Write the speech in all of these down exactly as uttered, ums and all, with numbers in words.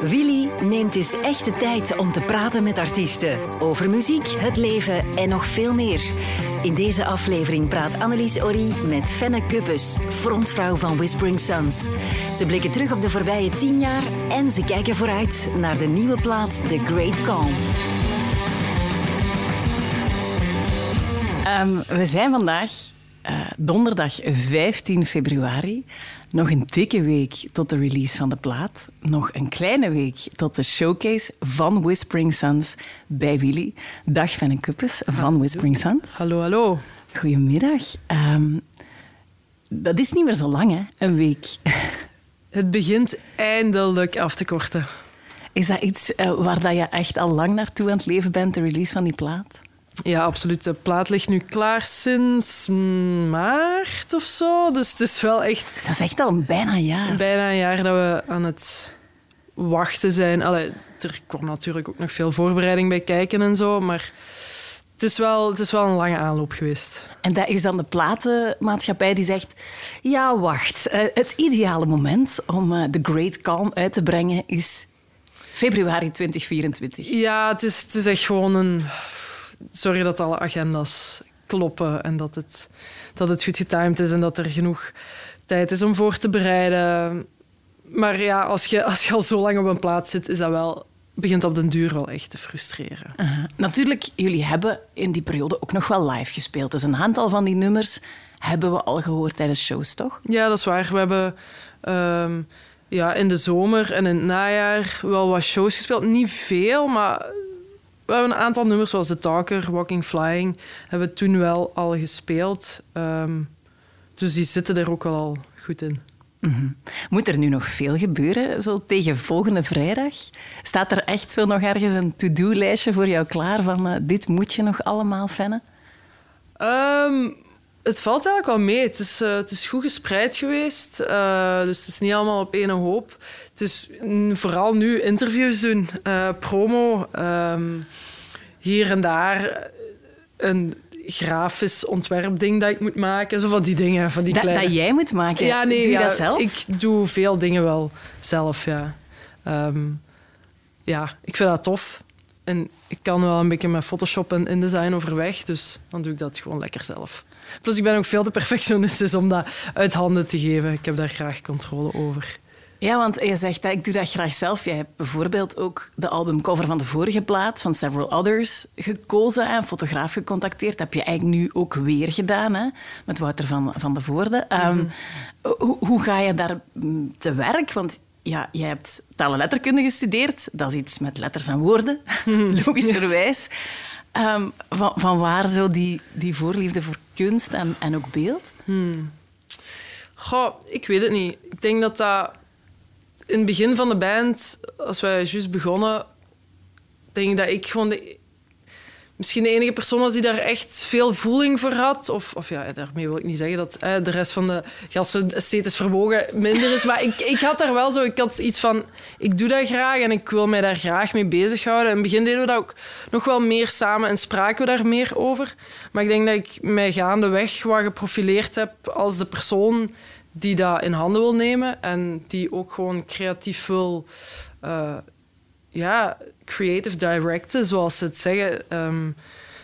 Willy neemt eens echt de tijd om te praten met artiesten. Over muziek, het leven en nog veel meer. In deze aflevering praat Annelies Ory met Fenne Kuppes, frontvrouw van Whispering Suns. Ze blikken terug op de voorbije tien jaar en ze kijken vooruit naar de nieuwe plaat The Great Calm. Um, we zijn vandaag uh, donderdag vijftien februari. Nog een dikke week tot de release van de plaat. Nog een kleine week tot de showcase van Whispering Suns bij Willy. Dag Fenne Kuppes van Whispering Suns. Hallo, hallo. Goedemiddag. Um, dat is niet meer zo lang, hè? Een week. Het begint eindelijk af te korten. Is dat iets uh, waar dat je echt al lang naartoe aan het leven bent, de release van die plaat? Ja, absoluut. De plaat ligt nu klaar sinds maart of zo. Dus het is wel echt... Dat is echt al bijna een jaar. Bijna een jaar dat we aan het wachten zijn. Allee, er kwam natuurlijk ook nog veel voorbereiding bij kijken en zo, maar het is wel, het is wel een lange aanloop geweest. En dat is dan de platenmaatschappij die zegt... Ja, wacht. Uh, het ideale moment om uh, The Great Calm uit te brengen is februari twintig vierentwintig. Ja, het is, het is echt gewoon een... Sorry dat alle agenda's kloppen en dat het, dat het goed getimed is en dat er genoeg tijd is om voor te bereiden. Maar ja, als je, als je al zo lang op een plaats zit, is dat wel, begint op den duur wel echt te frustreren. Uh-huh. Natuurlijk, jullie hebben in die periode ook nog wel live gespeeld. Dus een aantal van die nummers hebben we al gehoord tijdens shows, toch? Ja, dat is waar. We hebben um, ja, in de zomer en in het najaar wel wat shows gespeeld. Niet veel, maar... We hebben een aantal nummers, zoals The Talker, Walking Flying, hebben we toen wel al gespeeld. Um, dus die zitten er ook wel al goed in. Mm-hmm. Moet er nu nog veel gebeuren, zo tegen volgende vrijdag? Staat er echt zo nog ergens een to-do-lijstje voor jou klaar van uh, dit moet je nog allemaal, Fenne? Um, het valt eigenlijk wel mee. Het is, uh, het is goed gespreid geweest, uh, dus het is niet allemaal op één hoop. Het is vooral nu interviews doen, uh, promo, um, hier en daar een grafisch ontwerpding dat ik moet maken, zo van die dingen, van die da, kleine... Dat jij moet maken? Ja, nee, doe je ja, dat zelf? Ik doe veel dingen wel zelf, ja. Um, ja, ik vind dat tof. En ik kan wel een beetje met Photoshop en InDesign overweg, dus dan doe ik dat gewoon lekker zelf. Plus, ik ben ook veel te perfectionistisch om dat uit handen te geven. Ik heb daar graag controle over. Ja, want je zegt dat ik doe dat graag zelf. Jij hebt bijvoorbeeld ook de albumcover van de vorige plaat, van Several Others, gekozen en een fotograaf gecontacteerd. Dat heb je eigenlijk nu ook weer gedaan, hè? Met Wouter van, van de Voorde. Um, mm-hmm. hoe, hoe ga je daar te werk? Want ja, jij hebt taal en letterkunde gestudeerd. Dat is iets met letters en woorden, logischerwijs. Um, van, van waar zo die, die voorliefde voor kunst en, en ook beeld? Hmm. Goh, ik weet het niet. Ik denk dat dat... In het begin van de band, als wij juist begonnen, denk ik dat ik gewoon de, misschien de enige persoon was die daar echt veel voeling voor had. Of, of ja, daarmee wil ik niet zeggen dat eh, de rest van de gasten esthetisch vermogen minder is. Maar ik, ik had daar wel zo... Ik had iets van... Ik doe dat graag en ik wil mij daar graag mee bezighouden. In het begin deden we dat ook nog wel meer samen en spraken we daar meer over. Maar ik denk dat ik mij gaandeweg wat geprofileerd heb als de persoon die dat in handen wil nemen en die ook gewoon creatief wil... Uh, ja, creative directen, zoals ze het zeggen. Um,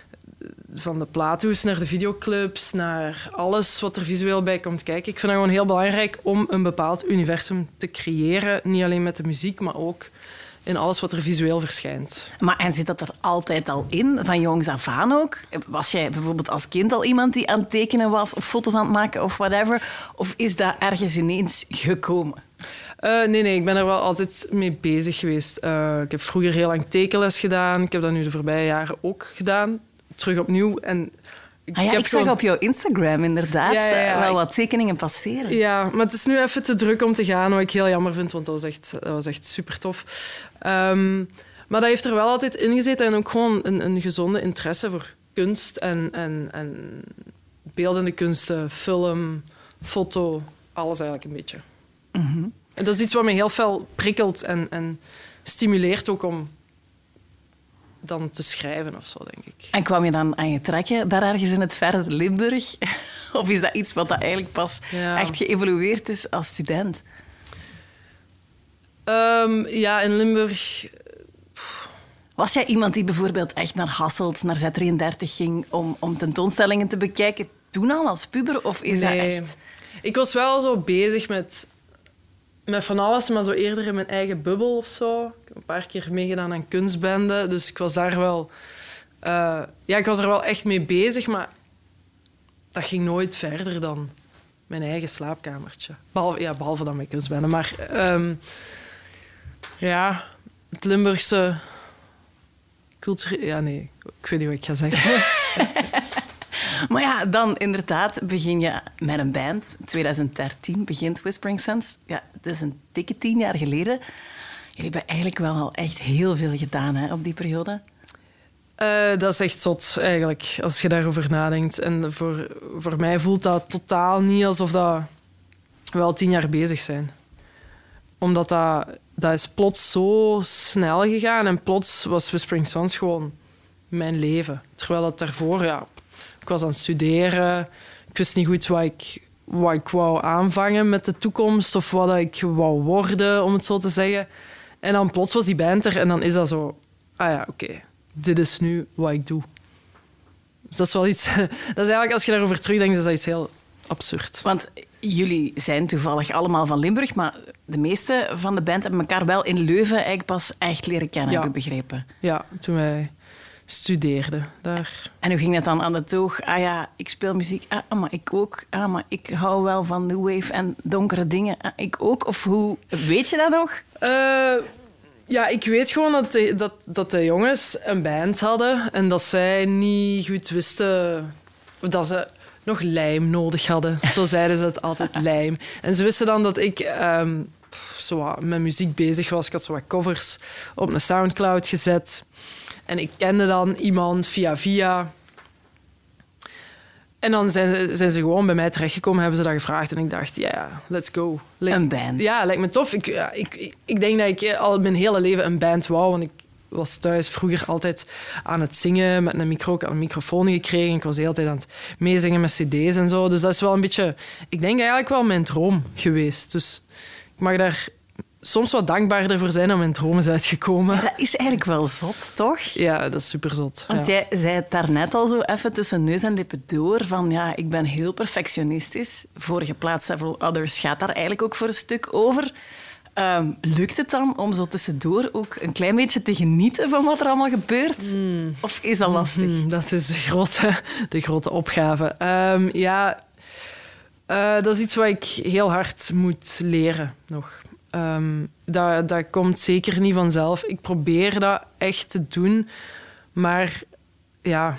van de plaathoes naar de videoclips, naar alles wat er visueel bij komt kijken. Ik vind het gewoon heel belangrijk om een bepaald universum te creëren. Niet alleen met de muziek, maar ook in alles wat er visueel verschijnt. Maar en zit dat er altijd al in, van jongs af aan ook? Was jij bijvoorbeeld als kind al iemand die aan het tekenen was of foto's aan het maken of whatever? Of is dat ergens ineens gekomen? Uh, nee, nee, ik ben er wel altijd mee bezig geweest. Uh, ik heb vroeger heel lang tekenles gedaan. Ik heb dat nu de voorbije jaren ook gedaan. Terug opnieuw. En ik ah ja, ik gewoon... zag op jouw Instagram inderdaad ja, ja, ja. wel wat tekeningen passeren. Ja, maar het is nu even te druk om te gaan, wat ik heel jammer vind, want dat was echt, dat was echt super tof. Um, maar dat heeft er wel altijd in gezeten en ook gewoon een, een gezonde interesse voor kunst en, en, en beeldende kunsten, film, foto, alles eigenlijk een beetje. Mm-hmm. En dat is iets wat me heel veel prikkelt en, en stimuleert ook om dan te schrijven of zo, denk ik. En kwam je dan aan je trekken daar ergens in het verre Limburg? Of is dat iets wat dat eigenlijk pas ja. echt geëvolueerd is als student? Um, ja, in Limburg... Was jij iemand die bijvoorbeeld echt naar Hasselt, naar Z drieëndertig ging om, om tentoonstellingen te bekijken toen al als puber? Of is nee. dat echt... Ik was wel zo bezig met, met van alles, maar zo eerder in mijn eigen bubbel of zo. Ik heb een paar keer meegedaan aan kunstbenden, dus ik was daar wel... Uh, ja, ik was er wel echt mee bezig, maar dat ging nooit verder dan mijn eigen slaapkamertje. Behalve, ja, behalve dan mijn kunstbenden. Maar um, ja, het Limburgse... cultuur... Ja, nee, ik weet niet wat ik ga zeggen. Maar ja, dan inderdaad begin je met een band. twintig dertien begint Whispering Suns. Ja, dat is een dikke tien jaar geleden. Jullie hebben eigenlijk wel al echt heel veel gedaan hè, op die periode. Uh, dat is echt zot, eigenlijk, als je daarover nadenkt. En voor, voor mij voelt dat totaal niet alsof dat we al tien jaar bezig zijn. Omdat dat, dat is plots zo snel gegaan. En plots was Whispering Suns gewoon mijn leven. Terwijl dat daarvoor... Ja, ik was aan het studeren. Ik wist niet goed wat ik, wat ik wou aanvangen met de toekomst. Of wat ik wou worden, om het zo te zeggen. En dan plots was die band er. En dan is dat zo... Ah ja, oké. Okay. Dit is nu wat ik doe. Dus dat is wel iets... Dat is eigenlijk, als je daarover terugdenkt, is dat iets heel absurd. Want jullie zijn toevallig allemaal van Limburg, maar de meeste van de band hebben elkaar wel in Leuven eigenlijk pas echt leren kennen, ja. heb ik begrepen. Ja, toen wij studeerden daar. En hoe ging het dan aan de toog? Ah ja, ik speel muziek. Ah, maar ik ook. Ah, maar ik hou wel van new wave en donkere dingen. Ah, ik ook. Of hoe... Weet je dat nog? Uh, ja, ik weet gewoon dat de, dat, dat de jongens een band hadden en dat zij niet goed wisten... Dat ze nog lijm nodig hadden. Zo zeiden ze het altijd, lijm. En ze wisten dan dat ik um, zo met muziek bezig was. Ik had zo wat covers op mijn Soundcloud gezet. En ik kende dan iemand via via. En dan zijn, zijn ze gewoon bij mij terechtgekomen, hebben ze dat gevraagd. En ik dacht, ja, yeah, let's go. Like, een band. Ja, lijkt me tof. Ik, ja, ik, ik, ik denk dat ik al mijn hele leven een band wou. Want ik was thuis vroeger altijd aan het zingen met een micro. Ik had een microfoon gekregen. Ik was de hele tijd aan het meezingen met cd's en zo. Dus dat is wel een beetje... Ik denk eigenlijk wel mijn droom geweest. Dus ik mag daar soms wat dankbaarder voor zijn dat mijn droom is uitgekomen. Ja, dat is eigenlijk wel zot, toch? Ja, dat is super zot. Want ja. jij zei het daarnet al zo even tussen neus en lippen door van ja, ik ben heel perfectionistisch. Vorige plaats, Several Others, gaat daar eigenlijk ook voor een stuk over. Um, lukt het dan om zo tussendoor ook een klein beetje te genieten van wat er allemaal gebeurt? Mm. Of is dat lastig? Mm, dat is de grote, de grote opgave. Um, ja, uh, dat is iets wat ik heel hard moet leren nog. Um, dat, dat komt zeker niet vanzelf. Ik probeer dat echt te doen, maar ja,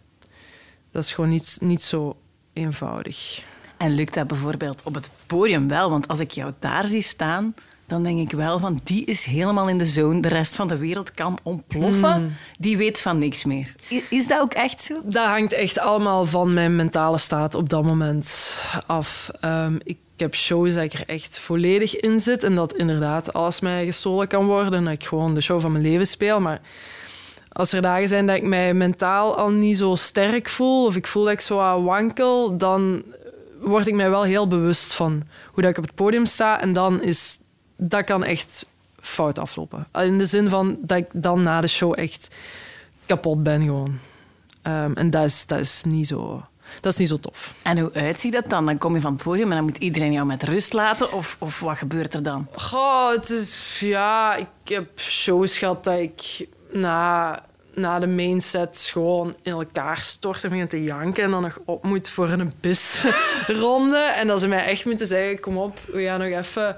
dat is gewoon niet, niet zo eenvoudig. En lukt dat bijvoorbeeld op het podium wel? Want als ik jou daar zie staan, dan denk ik wel van die is helemaal in de zone. De rest van de wereld kan ontploffen. Mm. Die weet van niks meer. Is dat ook echt zo? Dat hangt echt allemaal van mijn mentale staat op dat moment af. Um, ik Ik heb shows dat ik er echt volledig in zit en dat inderdaad alles mij gestolen kan worden en dat ik gewoon de show van mijn leven speel. Maar als er dagen zijn dat ik mij mentaal al niet zo sterk voel of ik voel dat ik zo wankel, dan word ik mij wel heel bewust van hoe dat ik op het podium sta en dan is... Dat kan echt fout aflopen. In de zin van dat ik dan na de show echt kapot ben gewoon. Um, en dat is, dat is niet zo... Dat is niet zo tof. En hoe uitziet dat dan? Dan kom je van het podium en dan moet iedereen jou met rust laten? Of, of wat gebeurt er dan? Goh, het is... Ja, ik heb shows gehad dat ik na, na de main set gewoon in elkaar stort en begin te janken en dan nog op moet voor een bisronde. En dat ze mij echt moeten zeggen, kom op, we gaan nog even...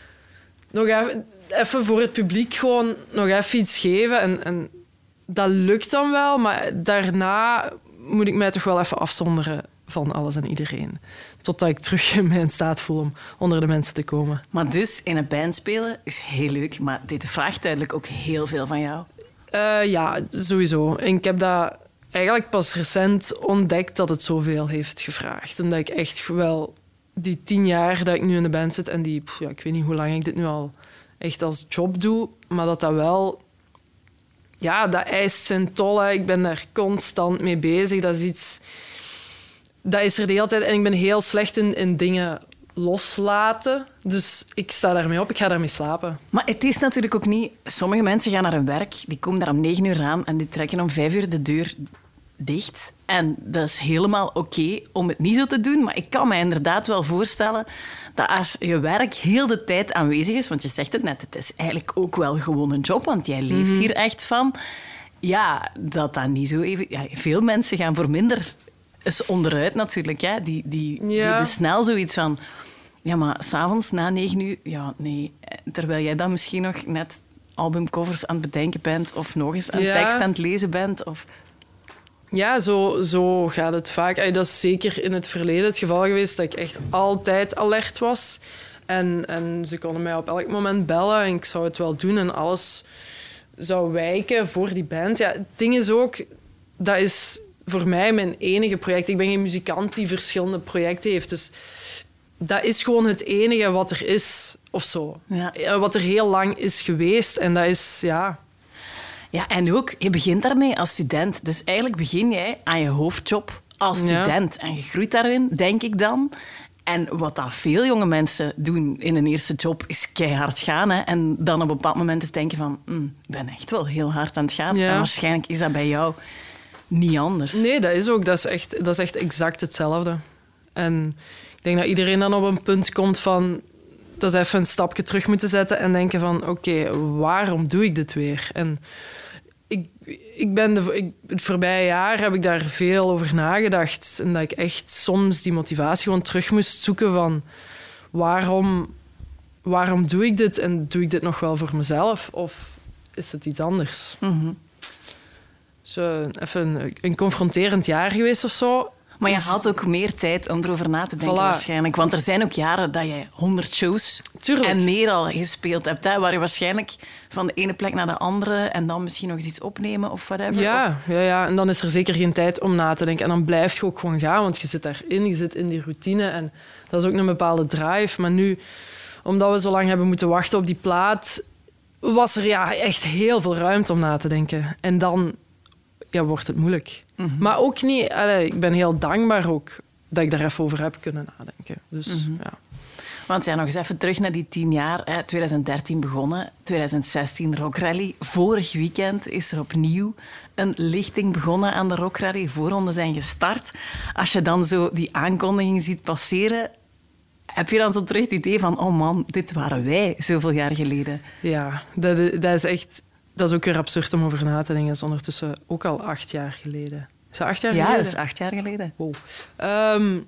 Nog even, even voor het publiek gewoon nog even iets geven. En, en dat lukt dan wel, maar daarna moet ik mij toch wel even afzonderen van alles en iedereen. Totdat ik terug in mijn staat voel om onder de mensen te komen. Maar dus in een band spelen is heel leuk, maar dit vraagt duidelijk ook heel veel van jou. Uh, ja, sowieso. En ik heb dat eigenlijk pas recent ontdekt dat het zoveel heeft gevraagd. En dat ik echt wel die tien jaar dat ik nu in de band zit en die, pff, ja, ik weet niet hoe lang ik dit nu al echt als job doe, maar dat dat wel... Ja, dat eist zijn tol. Hè. Ik ben daar constant mee bezig. Dat is iets... Dat is er de hele tijd. En ik ben heel slecht in, in dingen loslaten. Dus ik sta daarmee op, ik ga daarmee slapen. Maar het is natuurlijk ook niet... Sommige mensen gaan naar hun werk, die komen daar om negen uur aan en die trekken om vijf uur de deur dicht. En dat is helemaal oké okay om het niet zo te doen, maar ik kan me inderdaad wel voorstellen dat als je werk heel de tijd aanwezig is, want je zegt het net, het is eigenlijk ook wel gewoon een job, want jij leeft mm-hmm. hier echt van... Ja, dat dat niet zo even... Ja, veel mensen gaan voor minder eens onderuit natuurlijk. Hè. Die, die, ja. die hebben snel zoiets van... Ja, maar s'avonds na negen uur... Ja, nee. Terwijl jij dan misschien nog net albumcovers aan het bedenken bent of nog eens een ja. tekst aan het lezen bent. Of... Ja, zo, zo gaat het vaak. Ay, dat is zeker in het verleden het geval geweest dat ik echt altijd alert was. En, en ze konden mij op elk moment bellen en ik zou het wel doen en alles... zou wijken voor die band. Ja, het ding is ook, dat is voor mij mijn enige project. Ik ben geen muzikant die verschillende projecten heeft. Dus dat is gewoon het enige wat er is, of zo. Ja. Wat er heel lang is geweest. En dat is, ja... Ja, en ook, je begint daarmee als student. Dus eigenlijk begin jij aan je hoofdjob als student. Ja. En je groeit daarin, denk ik dan... En wat dat veel jonge mensen doen in een eerste job, is keihard gaan. Hè? En dan op een bepaald moment eens denken van... Mm, ik ben echt wel heel hard aan het gaan. Ja. En waarschijnlijk is dat bij jou niet anders. Nee, dat is ook. Dat is echt, dat is echt exact hetzelfde. En ik denk dat iedereen dan op een punt komt van... Dat ze even een stapje terug moeten zetten en denken van... Oké, okay, waarom doe ik dit weer? En ik, ik ben de, ik, het voorbije jaar heb ik daar veel over nagedacht. En dat ik echt soms die motivatie gewoon terug moest zoeken van... Waarom, waarom doe ik dit? En doe ik dit nog wel voor mezelf? Of is het iets anders? Mm-hmm. Zo even een, een confronterend jaar geweest of zo. Maar je had ook meer tijd om erover na te denken, voilà. waarschijnlijk. Want er zijn ook jaren dat je honderd shows Tuurlijk. en meer al gespeeld hebt. Hè, waar je waarschijnlijk van de ene plek naar de andere... en dan misschien nog eens iets opnemen of whatever. Ja, of... ja, ja, en dan is er zeker geen tijd om na te denken. En dan blijf je ook gewoon gaan, want je zit daarin. Je zit in die routine en dat is ook een bepaalde drive. Maar nu, omdat we zo lang hebben moeten wachten op die plaat... was er ja, echt heel veel ruimte om na te denken. En dan... ja, wordt het moeilijk. Mm-hmm. Maar ook niet... Allee, ik ben heel dankbaar ook dat ik daar even over heb kunnen nadenken. Dus, mm-hmm. ja. Want ja, nog eens even terug naar die tien jaar. Hè. twintig dertien begonnen, twintig zestien Rock Rally. Vorig weekend is er opnieuw een lichting begonnen aan de Rock Rally. Voorronden zijn gestart. Als je dan zo die aankondiging ziet passeren... heb je dan tot terug het idee van... oh man, dit waren wij zoveel jaar geleden. Ja, dat, dat is echt... Dat is ook weer absurd om over na te denken. Dat is ondertussen ook al acht jaar geleden. Is dat acht jaar ja, geleden? Ja, dat is acht jaar geleden. Wow. Um,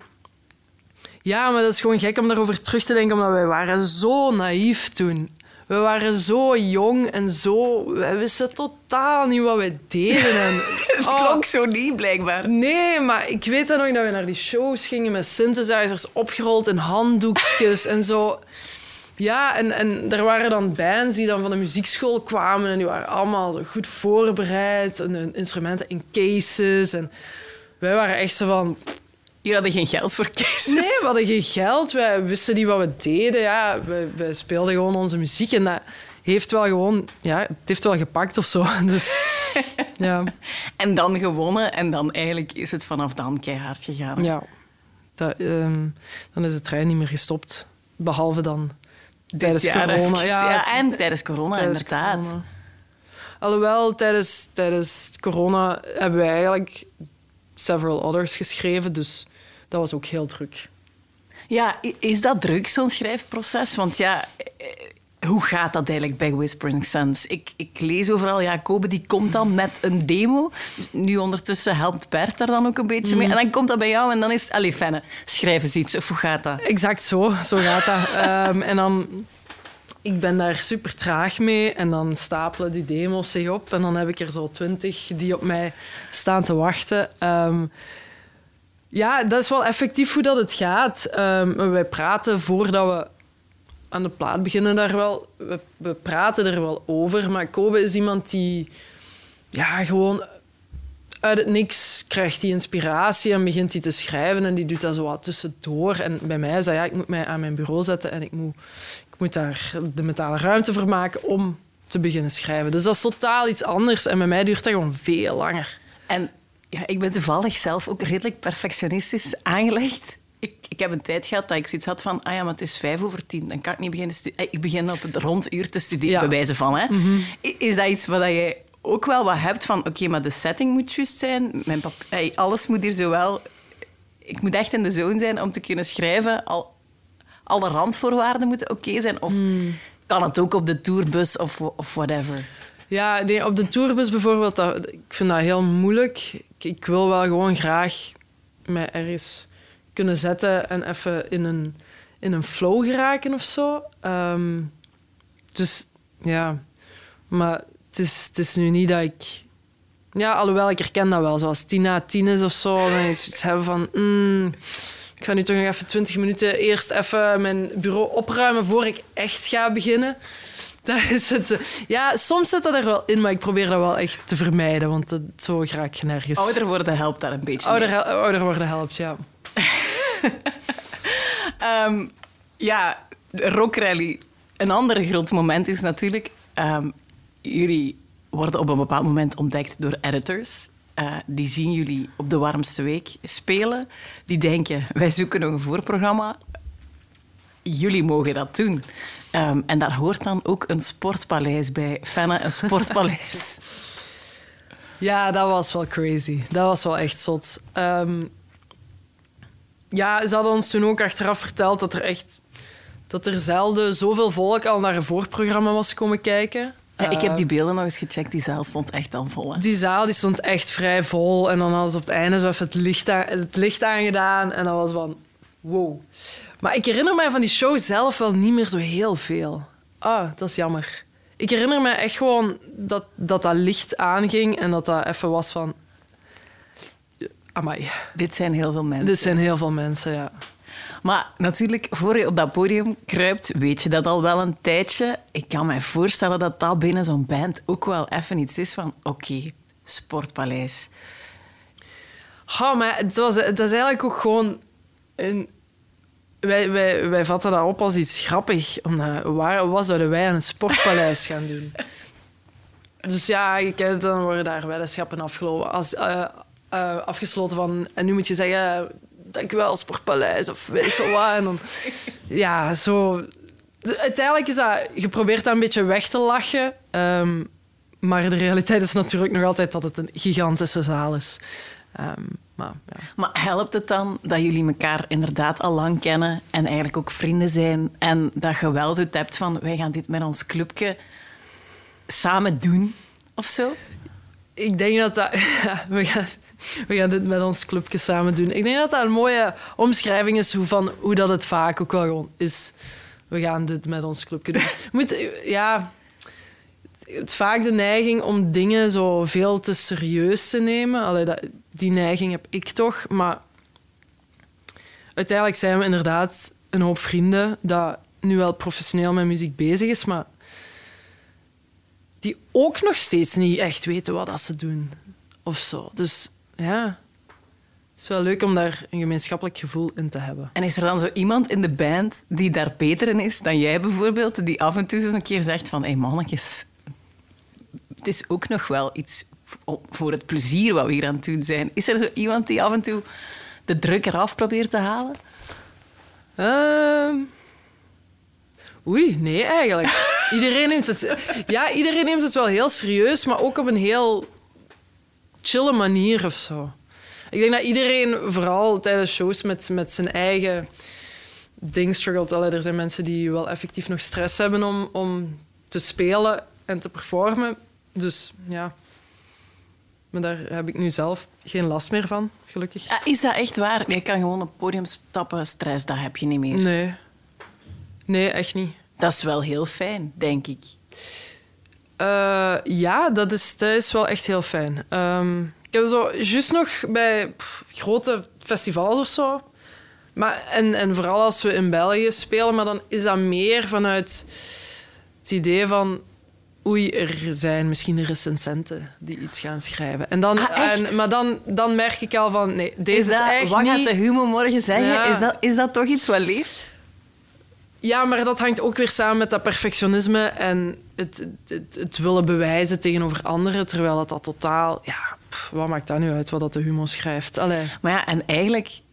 ja, maar dat is gewoon gek om daarover terug te denken, omdat wij waren zo naïef toen. We waren zo jong en zo... Wij wisten totaal niet wat wij deden. En, het oh, klonk zo niet, blijkbaar. Nee, maar ik weet dan nog dat we naar die shows gingen met synthesizers opgerold in handdoekjes en zo... Ja, en, en er waren dan bands die dan van de muziekschool kwamen en die waren allemaal goed voorbereid. En hun instrumenten in cases. En wij waren echt zo van... Jullie hadden geen geld voor cases? Nee, we hadden geen geld. Wij wisten niet wat we deden. Ja, wij, wij speelden gewoon onze muziek en dat heeft wel gewoon... Ja, het heeft wel gepakt of zo. Dus, ja. En dan gewonnen en dan eigenlijk is het vanaf dan keihard gegaan. Ja. Dat, um, dan is de trein niet meer gestopt. Behalve dan... Tijdens corona. Ja, ja, en tijdens corona, tijdens inderdaad. Corona. Alhoewel, tijdens, tijdens corona hebben wij eigenlijk Several Others geschreven, dus dat was ook heel druk. Ja, is dat druk, zo'n schrijfproces? Want ja, hoe gaat dat eigenlijk bij Whispering Suns? Ik, ik lees overal, ja, Kobe die komt dan met een demo. Nu ondertussen helpt Bert daar dan ook een beetje mee. Mm. En dan komt dat bij jou en dan is het... Allee, Fenne, schrijf eens iets. Of hoe gaat dat? Exact zo. Zo gaat dat. um, en dan... Ik ben daar super traag mee en dan stapelen die demo's zich op. En dan heb ik er zo twintig die op mij staan te wachten. Um, ja, dat is wel effectief hoe dat het gaat. Um, wij praten voordat we... aan de plaat beginnen daar wel... We, we praten er wel over, maar Kobe is iemand die... Ja, gewoon uit het niks krijgt hij inspiratie en begint hij te schrijven en die doet dat zo wat tussendoor. En bij mij is dat, ja, ik moet mij aan mijn bureau zetten en ik moet, ik moet daar de mentale ruimte voor maken om te beginnen schrijven. Dus dat is totaal iets anders en bij mij duurt dat gewoon veel langer. En ja, ik ben toevallig zelf ook redelijk perfectionistisch aangelegd. Ik, ik heb een tijd gehad dat ik zoiets had van... Ah ja, maar het is vijf over tien. Dan kan ik niet beginnen studeren. Ik begin op het ronduur te studeren, Ja. bij wijze van. Hè. Mm-hmm. Is dat iets wat jij ook wel wat hebt van... Oké, okay, maar de setting moet juist zijn. Mijn pap, hey, alles moet hier zo wel... Ik moet echt in de zone zijn om te kunnen schrijven. Al, alle randvoorwaarden moeten oké okay zijn. Of Mm. kan het ook op de tourbus of, of whatever? Ja, nee, op de tourbus bijvoorbeeld, dat, ik vind dat heel moeilijk. Ik, ik wil wel gewoon graag mij ergens kunnen zetten en even in een, in een flow geraken of zo. Um, dus ja, maar het is, het is nu niet dat ik... Ja, alhoewel, ik herken dat wel. Zoals tien na tien is of zo. Dan is iets hebben van... Mm, ik ga nu toch nog even twintig minuten eerst even mijn bureau opruimen voor ik echt ga beginnen. Dat is het. Ja, soms zit dat er wel in, maar ik probeer dat wel echt te vermijden, want dat, zo raak je nergens. Ouder worden helpt daar een beetje Ouder, mee. ouder worden helpt, ja. um, ja, Rock Rally. Een ander groot moment is natuurlijk... Um, jullie worden op een bepaald moment ontdekt door editors. Uh, die zien jullie op de warmste week spelen. Die denken, wij zoeken nog een voorprogramma. Jullie mogen dat doen. Um, en daar hoort dan ook een sportpaleis bij. Fenne, een sportpaleis. Ja, dat was wel crazy. Dat was wel echt zot. Um, ja, ze hadden ons toen ook achteraf verteld dat er echt... dat er zelden zoveel volk al naar een voorprogramma was komen kijken. Ja, ik heb die beelden nog eens gecheckt. Die zaal stond echt al vol. Hè? Die zaal die stond echt vrij vol. En dan hadden ze op het einde zo even het licht, aan, het licht aangedaan. En dat was van... Wow. Maar ik herinner mij van die show zelf wel niet meer zo heel veel. Ah, dat is jammer. Ik herinner me echt gewoon dat dat, dat licht aanging en dat dat even was van... Amai. Dit zijn heel veel mensen. Dit zijn heel veel mensen, ja. Maar natuurlijk, voor je op dat podium kruipt, weet je dat al wel een tijdje. Ik kan me voorstellen dat dat binnen zo'n band ook wel even iets is van... Oké, okay, Sportpaleis. Oh, maar het was, dat is eigenlijk ook gewoon... Een, wij, wij, wij vatten dat op als iets grappig. Omdat, waar, wat zouden wij aan een sportpaleis gaan doen? Dus ja, ik, dan worden daar weddenschappen afgelopen, als, uh, uh, afgesloten van... En nu moet je zeggen... Dankjewel, Sportpaleis, of weet ik veel wat. En dan, ja, zo... Dus uiteindelijk is dat... Je probeert dat een beetje weg te lachen. Um, maar de realiteit is natuurlijk nog altijd dat het een gigantische zaal is. Um, maar, ja. maar helpt het dan dat jullie elkaar inderdaad al lang kennen en eigenlijk ook vrienden zijn en dat je wel zo hebt van wij gaan dit met ons clubje samen doen of zo? Ik denk dat dat... Ja, we, gaan, we gaan dit met ons clubje samen doen. Ik denk dat dat een mooie omschrijving is hoe, van, hoe dat het vaak ook wel gewoon is. We gaan dit met ons clubje doen. Moet, ja... Het vaak de neiging om dingen zo veel te serieus te nemen. Allee, dat, die neiging heb ik toch. Maar uiteindelijk zijn we inderdaad een hoop vrienden dat nu wel professioneel met muziek bezig is, maar die ook nog steeds niet echt weten wat dat ze doen. Of zo. Dus ja, het is wel leuk om daar een gemeenschappelijk gevoel in te hebben. En is er dan zo iemand in de band die daar beter in is dan jij bijvoorbeeld, die af en toe zo een keer zegt van hé hey, mannetjes... Het is ook nog wel iets voor het plezier wat we hier aan het doen zijn. Is er zo iemand die af en toe de druk eraf probeert te halen? Uh, oei, nee, eigenlijk. iedereen neemt het, ja, iedereen neemt het wel heel serieus, maar ook op een heel chille manier of zo. Ik denk dat iedereen, vooral tijdens shows, met, met zijn eigen ding struggelt. Allee, er zijn mensen die wel effectief nog stress hebben om, om te spelen en te performen. Dus ja, maar daar heb ik nu zelf geen last meer van, gelukkig. Ja, is dat echt waar? Je kan gewoon op het podium stappen, stress, dat heb je niet meer. Nee. Nee, echt niet. Dat is wel heel fijn, denk ik. Uh, ja, dat is, dat is wel echt heel fijn. Um, ik heb zo juist nog bij pff, grote festivals of zo. Maar, en, en vooral als we in België spelen, maar dan is dat meer vanuit het idee van... Oei, er zijn misschien recensenten die iets gaan schrijven. En dan, ah, en, maar dan, dan merk ik al van... Nee, deze is, is, dat, is echt wat niet... gaat de Humo morgen zeggen? Ja. Is, dat, is dat toch iets wat leeft? Ja, maar dat hangt ook weer samen met dat perfectionisme en het, het, het, het willen bewijzen tegenover anderen, terwijl dat, dat totaal... Ja, pff, wat maakt dat nu uit, wat dat de Humo schrijft? Allee. Maar ja, en eigenlijk...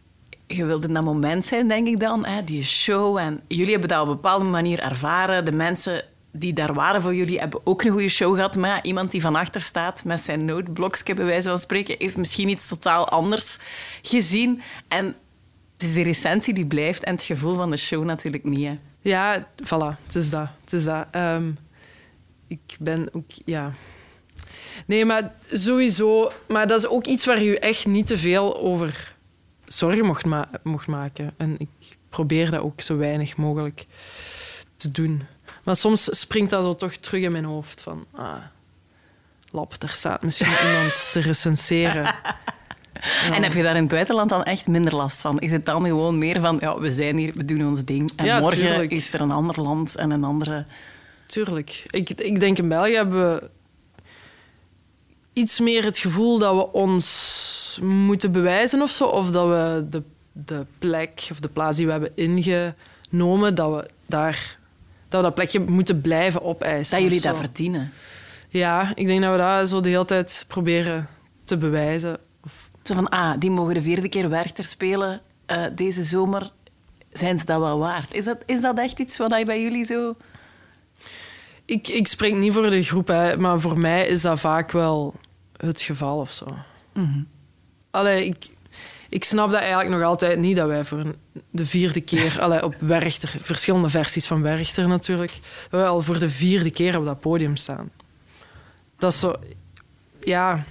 je wilde in dat moment zijn, denk ik dan, hè, die show. En jullie hebben dat op een bepaalde manier ervaren. De mensen die daar waren voor jullie hebben ook een goede show gehad. Maar ja, iemand die van achter staat met zijn noteblokje, bij wijze van spreken, heeft misschien iets totaal anders gezien. En het is de recensie die blijft en het gevoel van de show natuurlijk niet. Hè. Ja, voilà. Het is dat. Het is dat. Um, ik ben ook... Ja... Nee, maar sowieso... Maar dat is ook iets waar je echt niet te veel over zorgen mocht, ma- mocht maken. En ik probeer dat ook zo weinig mogelijk te doen. Maar soms springt dat zo toch terug in mijn hoofd. Van, ah, lap, daar staat misschien iemand te recenseren. Ja. En heb je daar in het buitenland dan echt minder last van? Is het dan gewoon meer van, ja, we zijn hier, we doen ons ding. En ja, morgen tuurlijk. is er een ander land en een andere... Tuurlijk. Ik, ik denk in België hebben we iets meer het gevoel dat we ons moeten bewijzen of zo. Of dat we de, de plek of de plaats die we hebben ingenomen, dat we daar... dat we dat plekje moeten blijven opeisen. Dat jullie zo. dat verdienen. Ja, ik denk dat we dat zo de hele tijd proberen te bewijzen. Of... Zo van, ah, die mogen de vierde keer Werchter spelen uh, deze zomer. Zijn ze dat wel waard? Is dat, is dat echt iets wat je bij jullie zo... Ik, ik spreek niet voor de groep, hè, maar voor mij is dat vaak wel het geval of zo. Mm-hmm. Allee, ik, ik snap dat eigenlijk nog altijd niet, dat wij voor de vierde keer... allee, op Werchter, verschillende versies van Werchter natuurlijk, dat wij al voor de vierde keer op dat podium staan. Dat is zo... Ja...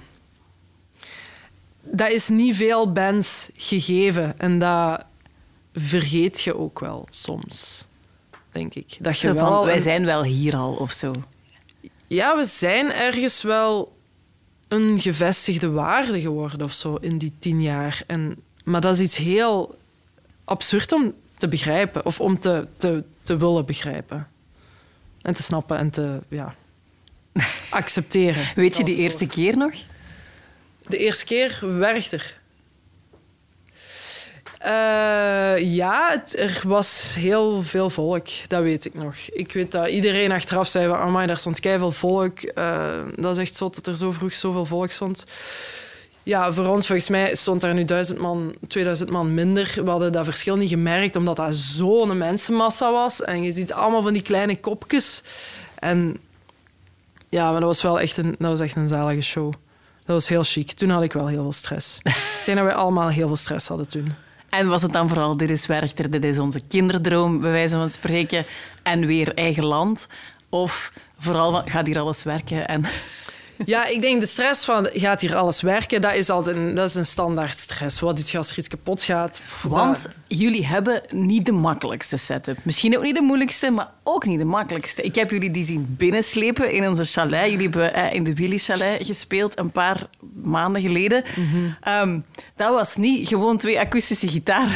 Dat is niet veel bands gegeven. En dat vergeet je ook wel soms, denk ik. Dat je Zo van, wel... wij zijn wel hier al, of zo. Ja, we zijn ergens wel een gevestigde waarde geworden of zo in die tien jaar. En, maar dat is iets heel absurd om te begrijpen. Of om te, te, te willen begrijpen. En te snappen en te ja, accepteren. Weet je die eerste keer nog? De eerste keer Werchter. Uh, ja, het, er was heel veel volk. Dat weet ik nog. Ik weet dat iedereen achteraf zei van, amai, daar stond keiveel volk. Uh, dat is echt zot dat er zo vroeg zoveel volk stond. Ja, voor ons, volgens mij, stond daar nu duizend man, tweeduizend man minder. We hadden dat verschil niet gemerkt, omdat dat zo'n mensenmassa was. En je ziet allemaal van die kleine kopjes. En ja, maar dat was wel echt een, dat was echt een zalige show. Dat was heel chic. Toen had ik wel heel veel stress. Ik denk dat wij allemaal heel veel stress hadden toen. En was het dan vooral, dit is Werchter, dit is onze kinderdroom, bij wijze van spreken, en weer eigen land? Of vooral, gaat hier alles werken? En... Ja, ik denk de stress van, gaat hier alles werken, dat is altijd een, dat is een standaard stress. Wat doet je als er iets kapot gaat? Want dat... jullie hebben niet de makkelijkste setup. Misschien ook niet de moeilijkste, maar ook niet de makkelijkste. Ik heb jullie die zien binnenslepen in onze chalet. Jullie hebben eh, in de Willy Chalet gespeeld een paar maanden geleden. Mm-hmm. Um, dat was niet gewoon twee akoestische gitaren.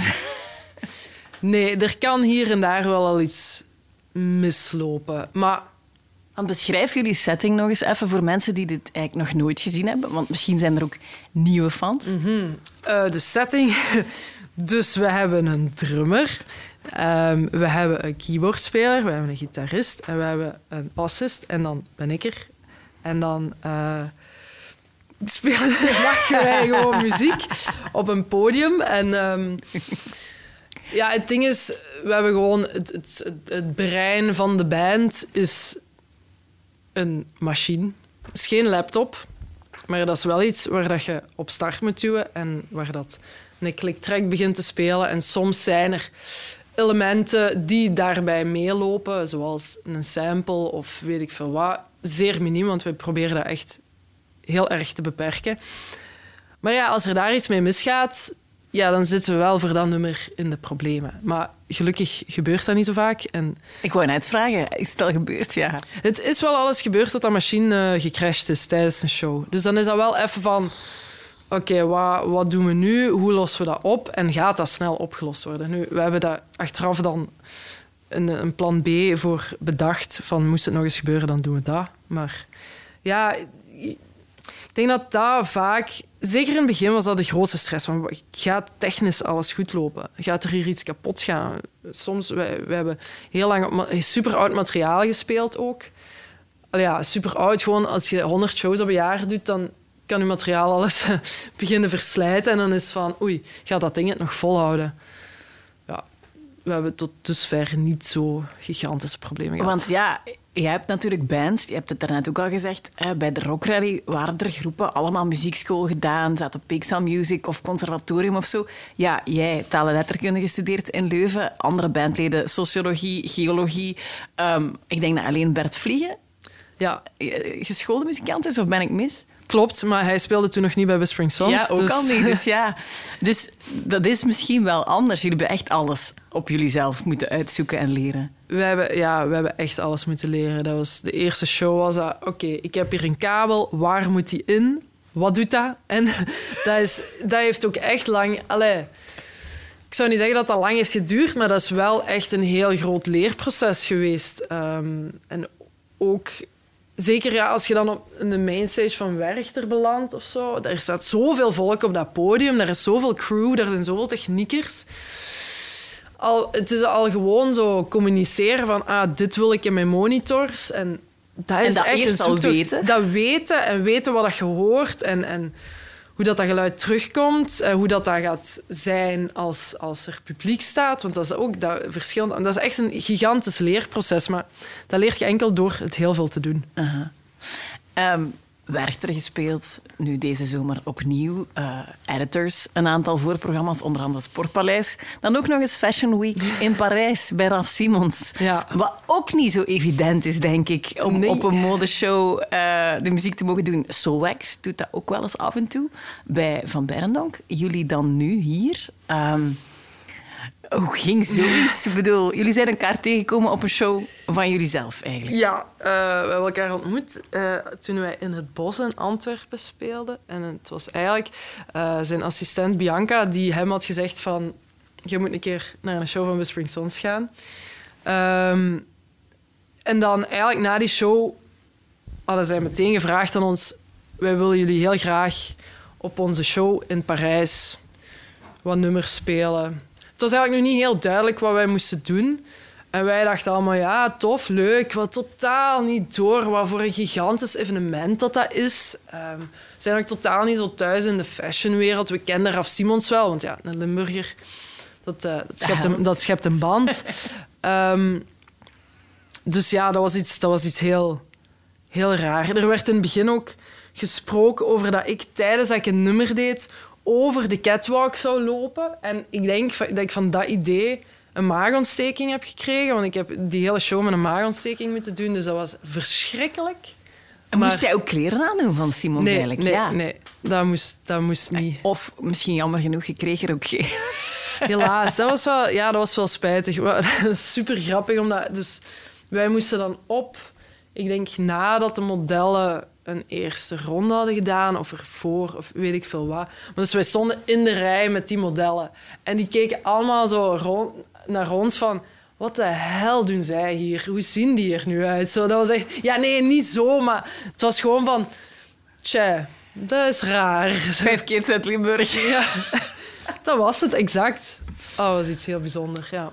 Nee, er kan hier en daar wel al iets mislopen. Maar... Want beschrijf jullie setting nog eens even voor mensen die dit eigenlijk nog nooit gezien hebben. Want misschien zijn er ook nieuwe fans. Mm-hmm. Uh, de setting... Dus we hebben een drummer, um, we hebben een keyboardspeler, we hebben een gitarist en we hebben een bassist. En dan ben ik er. En dan uh, spelen maken wij gewoon muziek op een podium. En um, ja, het ding is, we hebben gewoon... Het, het, het brein van de band is een machine. Het is geen laptop, maar dat is wel iets waar dat je op start moet duwen en waar dat... een clicktrack begint te spelen. En soms zijn er elementen die daarbij meelopen, zoals een sample of weet ik veel wat. Zeer miniem, want we proberen dat echt heel erg te beperken. Maar ja, als er daar iets mee misgaat, ja, dan zitten we wel voor dat nummer in de problemen. Maar gelukkig gebeurt dat niet zo vaak. En ik wou net vragen, is het al gebeurd? Ja. Het is wel alles gebeurd dat dat machine uh, gecrashed is tijdens een show. Dus dan is dat wel even van... Oké, okay, wat, wat doen we nu? Hoe lossen we dat op? En gaat dat snel opgelost worden? Nu, we hebben daar achteraf dan een, een plan B voor bedacht. Van, moest het nog eens gebeuren, dan doen we dat. Maar ja, ik denk dat dat vaak... Zeker in het begin was dat de grootste stress. Van, gaat technisch alles goed lopen? Gaat er hier iets kapot gaan? Soms, wij, wij hebben heel lang op super oud materiaal gespeeld ook. Allee, ja, super oud. Gewoon als je honderd shows op een jaar doet, dan... kan je materiaal alles beginnen verslijten en dan is het van, oei, gaat dat ding het nog volhouden? Ja, we hebben tot dusver niet zo gigantische problemen gehad. Want ja, je hebt natuurlijk bands, je hebt het daarnet ook al gezegd, hè, bij de Rock Rally waren er groepen, allemaal muziekschool gedaan, zaten op Pixel Music of conservatorium of zo. Ja, jij taal en letterkunde gestudeerd in Leuven, andere bandleden sociologie, geologie. Um, ik denk dat alleen Bert Vliegen ja. geschoolde muzikant is, of ben ik mis? Klopt, maar hij speelde toen nog niet bij Whispering Sons. Ja, ook dus... al niet. Dus, ja. dus dat is misschien wel anders. Jullie hebben echt alles op jullie zelf moeten uitzoeken en leren. We hebben, ja, we hebben echt alles moeten leren. Dat was, de eerste show was dat, oké, okay, ik heb hier een kabel, waar moet die in? Wat doet dat? En dat, is, dat heeft ook echt lang... Allee, ik zou niet zeggen dat dat lang heeft geduurd, maar dat is wel echt een heel groot leerproces geweest. Um, en ook... Zeker ja, als je dan op de mainstage van Werchter belandt of zo. Er staat zoveel volk op dat podium. Er is zoveel crew, er zijn zoveel techniekers. Al, het is al gewoon zo communiceren van... Ah, dit wil ik in mijn monitors. En dat is en dat echt eerst al weten. Dat weten en weten wat je hoort. En, en hoe dat, dat geluid terugkomt. En hoe dat, dat gaat zijn als, als er publiek staat. Want dat is ook dat verschillend. Dat is echt een gigantisch leerproces. Maar dat leert je enkel door het heel veel te doen. Uh-huh. Um, Werchter gespeeld, nu deze zomer opnieuw. Uh, editors, een aantal voorprogramma's, onder andere Sportpaleis. Dan ook nog eens Fashion Week in Parijs bij Raf Simons. Ja. Wat ook niet zo evident is, denk ik, om nee. op een modeshow uh, de muziek te mogen doen. Soulwax doet dat ook wel eens af en toe bij Van Berendonck. Jullie dan nu hier... Um, Hoe ging zoiets? Ik bedoel, jullie zijn elkaar tegengekomen op een show van jullie zelf, eigenlijk. Ja, uh, we hebben elkaar ontmoet uh, toen wij in het bos in Antwerpen speelden. En het was eigenlijk uh, zijn assistent Bianca die hem had gezegd van... Je moet een keer naar een show van Whispering Sons gaan. Um, en dan eigenlijk na die show hadden zij meteen gevraagd aan ons... Wij willen jullie heel graag op onze show in Parijs wat nummers spelen... Het was eigenlijk nog niet heel duidelijk wat wij moesten doen. En wij dachten allemaal, ja, tof, leuk. Wat totaal niet door wat voor een gigantisch evenement dat dat is. Um, we zijn ook totaal niet zo thuis in de fashionwereld. We kenden Raf Simons wel, want ja, een Limburger, dat, uh, dat, schept, een, dat schept een band. um, dus ja, dat was iets, dat was iets heel, heel raar. Er werd in het begin ook gesproken over dat ik tijdens dat ik een nummer deed... over de catwalk zou lopen. En ik denk dat ik van dat idee een maagontsteking heb gekregen. Want ik heb die hele show met een maagontsteking moeten doen. Dus dat was verschrikkelijk. En maar... moest jij ook kleren aandoen van Simons nee, eigenlijk? Nee, ja. nee dat, moest, dat moest niet. Of misschien jammer genoeg, je kreeg er ook geen. Helaas, dat was wel, ja, dat was wel spijtig. Maar dat was super grappig. Omdat, dus wij moesten dan op... Ik denk nadat de modellen... een eerste ronde hadden gedaan, of ervoor, of weet ik veel wat. Maar dus wij stonden in de rij met die modellen. En die keken allemaal zo rond, naar ons van... Wat de hel doen zij hier? Hoe zien die er nu uit? Zo, dat was echt... Ja, nee, niet zo, maar het was gewoon van... Tja, dat is raar. Vijf kids uit Limburg. Ja, dat was het, exact. Oh, dat was iets heel bijzonders, ja.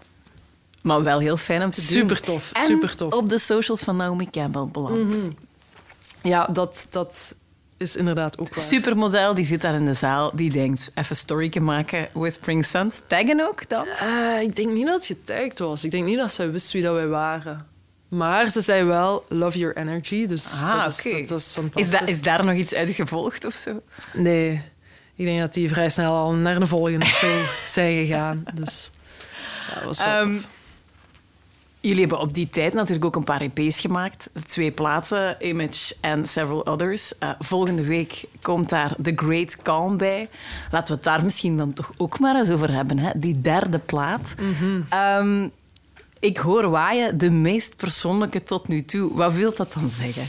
Maar wel heel fijn om te doen. Super tof, en super tof. op de socials van Naomi Campbell beland. Mm-hmm. Ja, dat, dat is inderdaad ook waar. Supermodel, die zit daar in de zaal. Die denkt, even storyke maken, Whispering Sons. Taggen ook dan? Uh, ik denk niet dat het getagd was. Ik denk niet dat zij wist wie dat wij waren. Maar ze zei wel, love your energy. Dus ah, dat, is, okay. dat, dat is fantastisch. Is, dat, is daar nog iets uit gevolgd of zo? Nee. Ik denk dat die vrij snel al naar de volgende show zijn gegaan. Dus ja, dat was wel um, tof. Jullie hebben op die tijd natuurlijk ook een paar E P's gemaakt. Twee platen, Image en Several Others. Uh, volgende week komt daar The Great Calm bij. Laten we het daar misschien dan toch ook maar eens over hebben. Hè? Die derde plaat. Mm-hmm. Um, ik hoor waaien, de meest persoonlijke tot nu toe. Wat wil dat dan zeggen?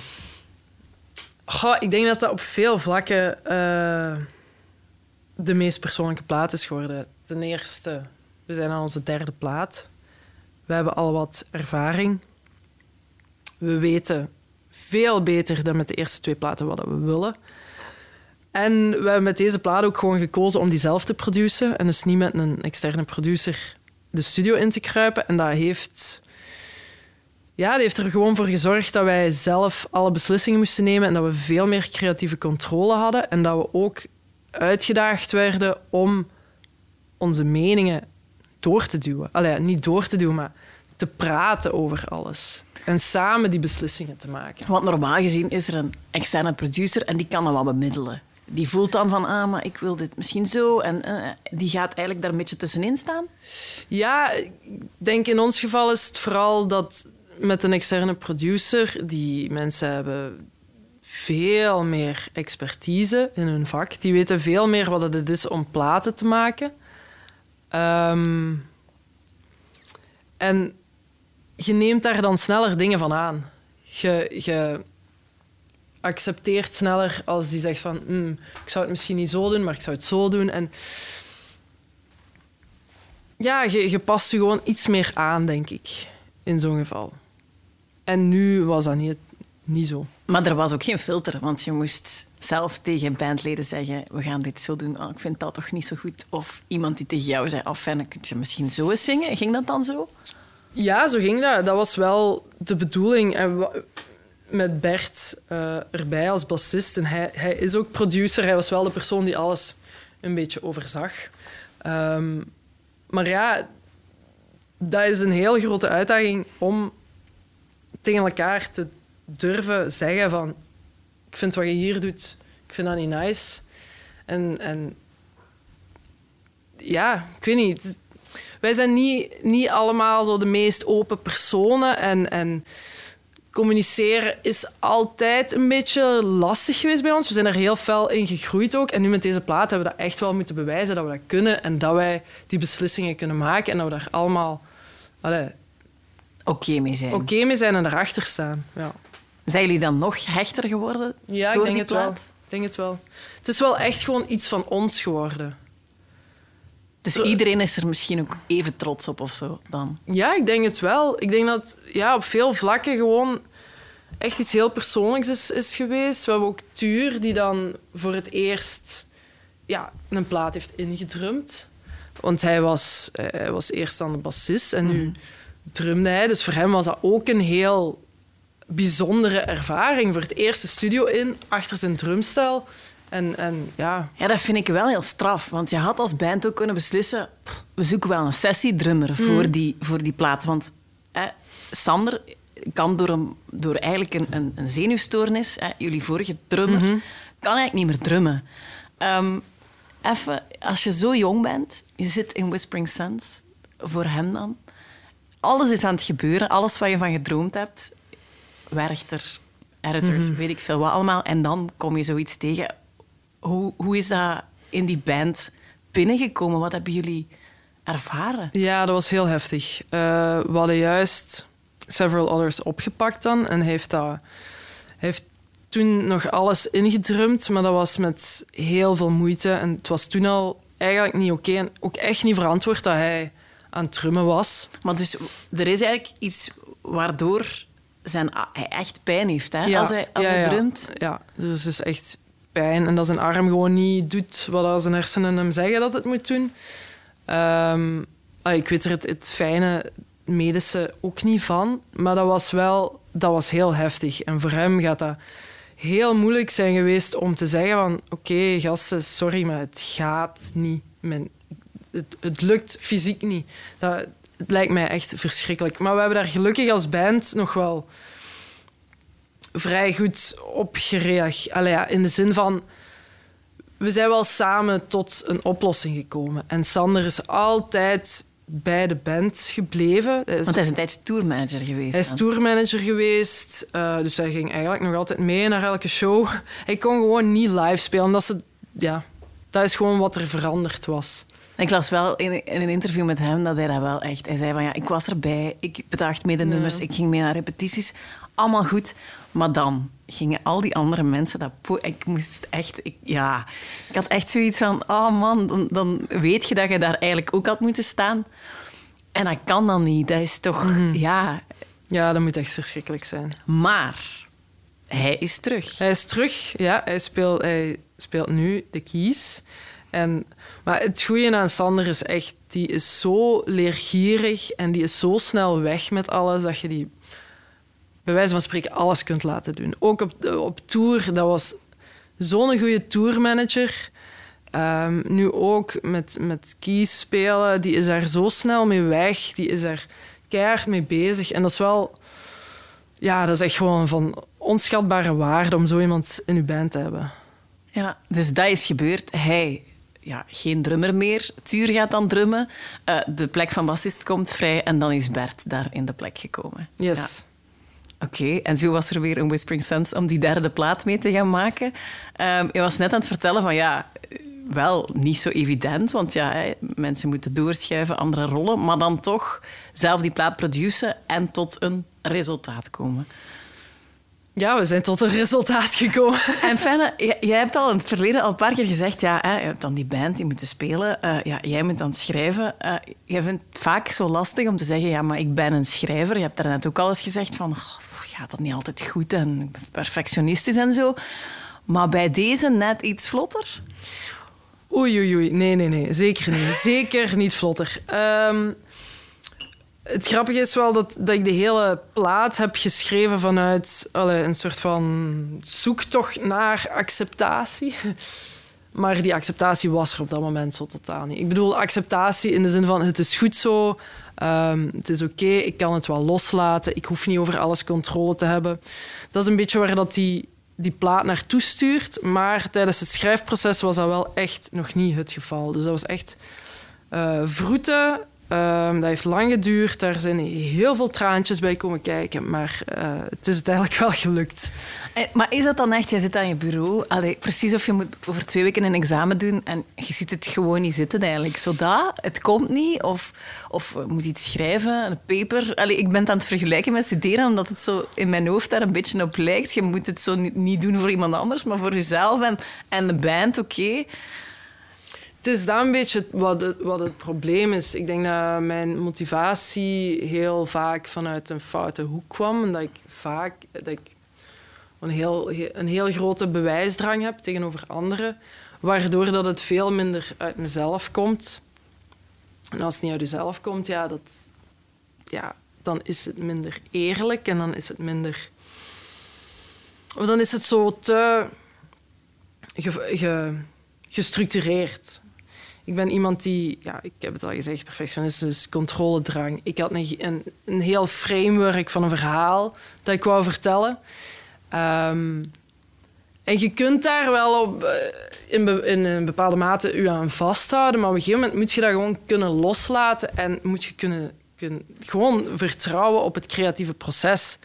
Goh, ik denk dat dat op veel vlakken uh, de meest persoonlijke plaat is geworden. Ten eerste, we zijn aan onze derde plaat. We hebben al wat ervaring. We weten veel beter dan met de eerste twee platen wat we willen. En we hebben met deze plaat ook gewoon gekozen om die zelf te produceren. En dus niet met een externe producer de studio in te kruipen. En dat heeft ja, die heeft er gewoon voor gezorgd dat wij zelf alle beslissingen moesten nemen en dat we veel meer creatieve controle hadden en dat we ook uitgedaagd werden om onze meningen door te duwen. Allee, niet door te duwen, maar te praten over alles. En samen die beslissingen te maken. Want normaal gezien is er een externe producer en die kan dan wel bemiddelen. Die voelt dan van, ah, maar ik wil dit misschien zo. En uh, die gaat eigenlijk daar een beetje tussenin staan. Ja, ik denk in ons geval is het vooral dat met een externe producer, die mensen hebben veel meer expertise in hun vak. Die weten veel meer wat het is om platen te maken. Um, en je neemt daar dan sneller dingen van aan. Je, je accepteert sneller als die zegt van mm, ik zou het misschien niet zo doen, maar ik zou het zo doen. En ja, je, je past je gewoon iets meer aan, denk ik, in zo'n geval. En nu was dat niet, niet zo. Maar er was ook geen filter, want je moest zelf tegen bandleden zeggen we gaan dit zo doen, oh, ik vind dat toch niet zo goed. Of iemand die tegen jou zei, oh, Fenne, kun je misschien zo eens zingen? Ging dat dan zo? Ja, zo ging dat. Dat was wel de bedoeling. En met Bert uh, erbij als bassist. En hij, hij is ook producer. Hij was wel de persoon die alles een beetje overzag. Um, maar ja, dat is een heel grote uitdaging om tegen elkaar te durven zeggen van ik vind wat je hier doet, ik vind dat niet nice. En, en ja, ik weet niet. Wij zijn niet, niet allemaal zo de meest open personen en, en communiceren is altijd een beetje lastig geweest bij ons. We zijn er heel fel in gegroeid ook. En nu met deze plaat hebben we dat echt wel moeten bewijzen dat we dat kunnen en dat wij die beslissingen kunnen maken en dat we daar allemaal oké okay mee zijn. Oké okay mee zijn en erachter staan. Ja. Zijn jullie dan nog hechter geworden ja, door ik denk die het plaat? Wel. Ik denk het wel. Het is wel echt gewoon iets van ons geworden. Dus zo, iedereen is er misschien ook even trots op of zo dan? Ja, ik denk het wel. Ik denk dat ja, op veel vlakken gewoon echt iets heel persoonlijks is, is geweest. We hebben ook Tuur, die dan voor het eerst ja, een plaat heeft ingedrumd. Want hij was, hij was eerst dan de bassist en nu mm. drumde hij. Dus voor hem was dat ook een heel bijzondere ervaring. Voor het eerste studio in, achter zijn drumstel. En, en, ja. ja, dat vind ik wel heel straf. Want je had als band ook kunnen beslissen pff, we zoeken wel een sessiedrummer mm. voor, die, voor die plaat. Want eh, Sander kan door, een, door eigenlijk een, een, een zenuwstoornis... Eh, jullie vorige drummer mm-hmm. kan eigenlijk niet meer drummen. Um, even, als je zo jong bent, je zit in Whispering Suns, voor hem dan. Alles is aan het gebeuren, alles wat je van gedroomd hebt. Werchter, editors, mm-hmm. weet ik veel wat allemaal. En dan kom je zoiets tegen. Hoe, hoe is dat in die band binnengekomen? Wat hebben jullie ervaren? Ja, dat was heel heftig. Uh, we hadden juist Several Others opgepakt dan. En hij heeft, dat, heeft toen nog alles ingedrumd, maar dat was met heel veel moeite. En het was toen al eigenlijk niet oké. Okay. En ook echt niet verantwoord dat hij aan het drummen was. Maar dus er is eigenlijk iets waardoor zijn, hij echt pijn heeft, hè? Ja, als hij, als ja, hij ja. drumt. Ja, dus het is echt pijn. En dat zijn arm gewoon niet doet wat zijn hersenen hem zeggen dat het moet doen. Um, ik weet er het, het fijne medische ook niet van. Maar dat was wel dat was heel heftig. En voor hem gaat dat heel moeilijk zijn geweest om te zeggen van oké, okay, gasten, sorry, maar het gaat niet. Men, het, het lukt fysiek niet. Dat, het lijkt mij echt verschrikkelijk. Maar we hebben daar gelukkig als band nog wel vrij goed op gereageerd. Allee, ja, in de zin van, we zijn wel samen tot een oplossing gekomen. En Sander is altijd bij de band gebleven. Hij is, Want hij is een tijdje tourmanager geweest. Hij is dan. tourmanager geweest. Uh, dus hij ging eigenlijk nog altijd mee naar elke show. Hij kon gewoon niet live spelen. Dat is, het, ja, dat is gewoon wat er veranderd was. Ik las wel in, in een interview met hem dat hij dat wel echt... Hij zei van, ja, ik was erbij, ik bedacht mee de ja. nummers, ik ging mee naar repetities. Allemaal goed. Maar dan gingen al die andere mensen dat... Po- ik moest echt... Ik, ja, ik had echt zoiets van, oh man, dan, dan weet je dat je daar eigenlijk ook had moeten staan. En dat kan dan niet. Dat is toch... Mm-hmm. Ja. Ja, dat moet echt verschrikkelijk zijn. Maar hij is terug. Hij is terug, ja. Hij speelt, hij speelt nu de keys. En, maar het goede aan Sander is echt, die is zo leergierig en die is zo snel weg met alles dat je die bij wijze van spreken alles kunt laten doen. Ook op, op tour, dat was zo'n goede tourmanager. Um, nu ook met, met Kies spelen, die is daar zo snel mee weg. Die is daar keihard mee bezig. En dat is wel... Ja, dat is echt gewoon van onschatbare waarde om zo iemand in je band te hebben. Ja, dus dat is gebeurd. Hij, ja, geen drummer meer. Tuur gaat dan drummen. Uh, de plek van bassist komt vrij en dan is Bert daar in de plek gekomen. Yes. Ja. Oké, okay, en zo was er weer een Whispering Suns om die derde plaat mee te gaan maken. Um, je was net aan het vertellen van ja, wel niet zo evident, want ja, hè, mensen moeten doorschuiven, andere rollen, maar dan toch zelf die plaat produceren en tot een resultaat komen. Ja, we zijn tot een resultaat gekomen. En Fenne, jij hebt al in het verleden al een paar keer gezegd, ja, hè, je hebt dan die band, die moeten spelen, uh, ja, jij moet dan schrijven. Uh, jij vindt het vaak zo lastig om te zeggen, ja, maar ik ben een schrijver. Je hebt daarnet ook al eens gezegd van, oh, gaat dat niet altijd goed en ik ben perfectionistisch en zo. Maar bij deze net iets vlotter? Oei, oei, oei. Nee, nee, nee. Zeker niet. Zeker niet vlotter. Um, het grappige is wel dat, dat ik de hele plaat heb geschreven vanuit allee, een soort van zoektocht naar acceptatie. Maar die acceptatie was er op dat moment zo totaal niet. Ik bedoel, acceptatie in de zin van het is goed zo, um, het is oké, okay, ik kan het wel loslaten, ik hoef niet over alles controle te hebben. Dat is een beetje waar dat die, die plaat naartoe stuurt, maar tijdens het schrijfproces was dat wel echt nog niet het geval. Dus dat was echt uh, vroeten. Um, dat heeft lang geduurd. Daar zijn heel veel traantjes bij komen kijken. Maar uh, het is uiteindelijk wel gelukt. Maar is dat dan echt... Je zit aan je bureau. Allee, precies of je moet over twee weken een examen doen en je ziet het gewoon niet zitten eigenlijk. Zodat het komt niet. Of, of je moet iets schrijven, een paper. Allee, ik ben het aan het vergelijken met studeren, omdat het zo in mijn hoofd daar een beetje op lijkt. Je moet het zo niet, niet doen voor iemand anders, maar voor jezelf en, en de band, oké. Okay. Het is dat een beetje wat het, wat het probleem is. Ik denk dat mijn motivatie heel vaak vanuit een foute hoek kwam. En dat ik vaak dat ik een, heel, een heel grote bewijsdrang heb tegenover anderen. Waardoor dat het veel minder uit mezelf komt. En als het niet uit jezelf komt, ja, dat, ja, dan is het minder eerlijk. En dan is het minder... Of dan is het zo te ge, ge, gestructureerd. Ik ben iemand die, ja, ik heb het al gezegd, perfectionistisch, controledrang. Ik had een, een, een heel framework van een verhaal dat ik wou vertellen. Um, en je kunt daar wel op, in, be, in een bepaalde mate je aan vasthouden, maar op een gegeven moment moet je dat gewoon kunnen loslaten en moet je kunnen, kunnen gewoon vertrouwen op het creatieve proces.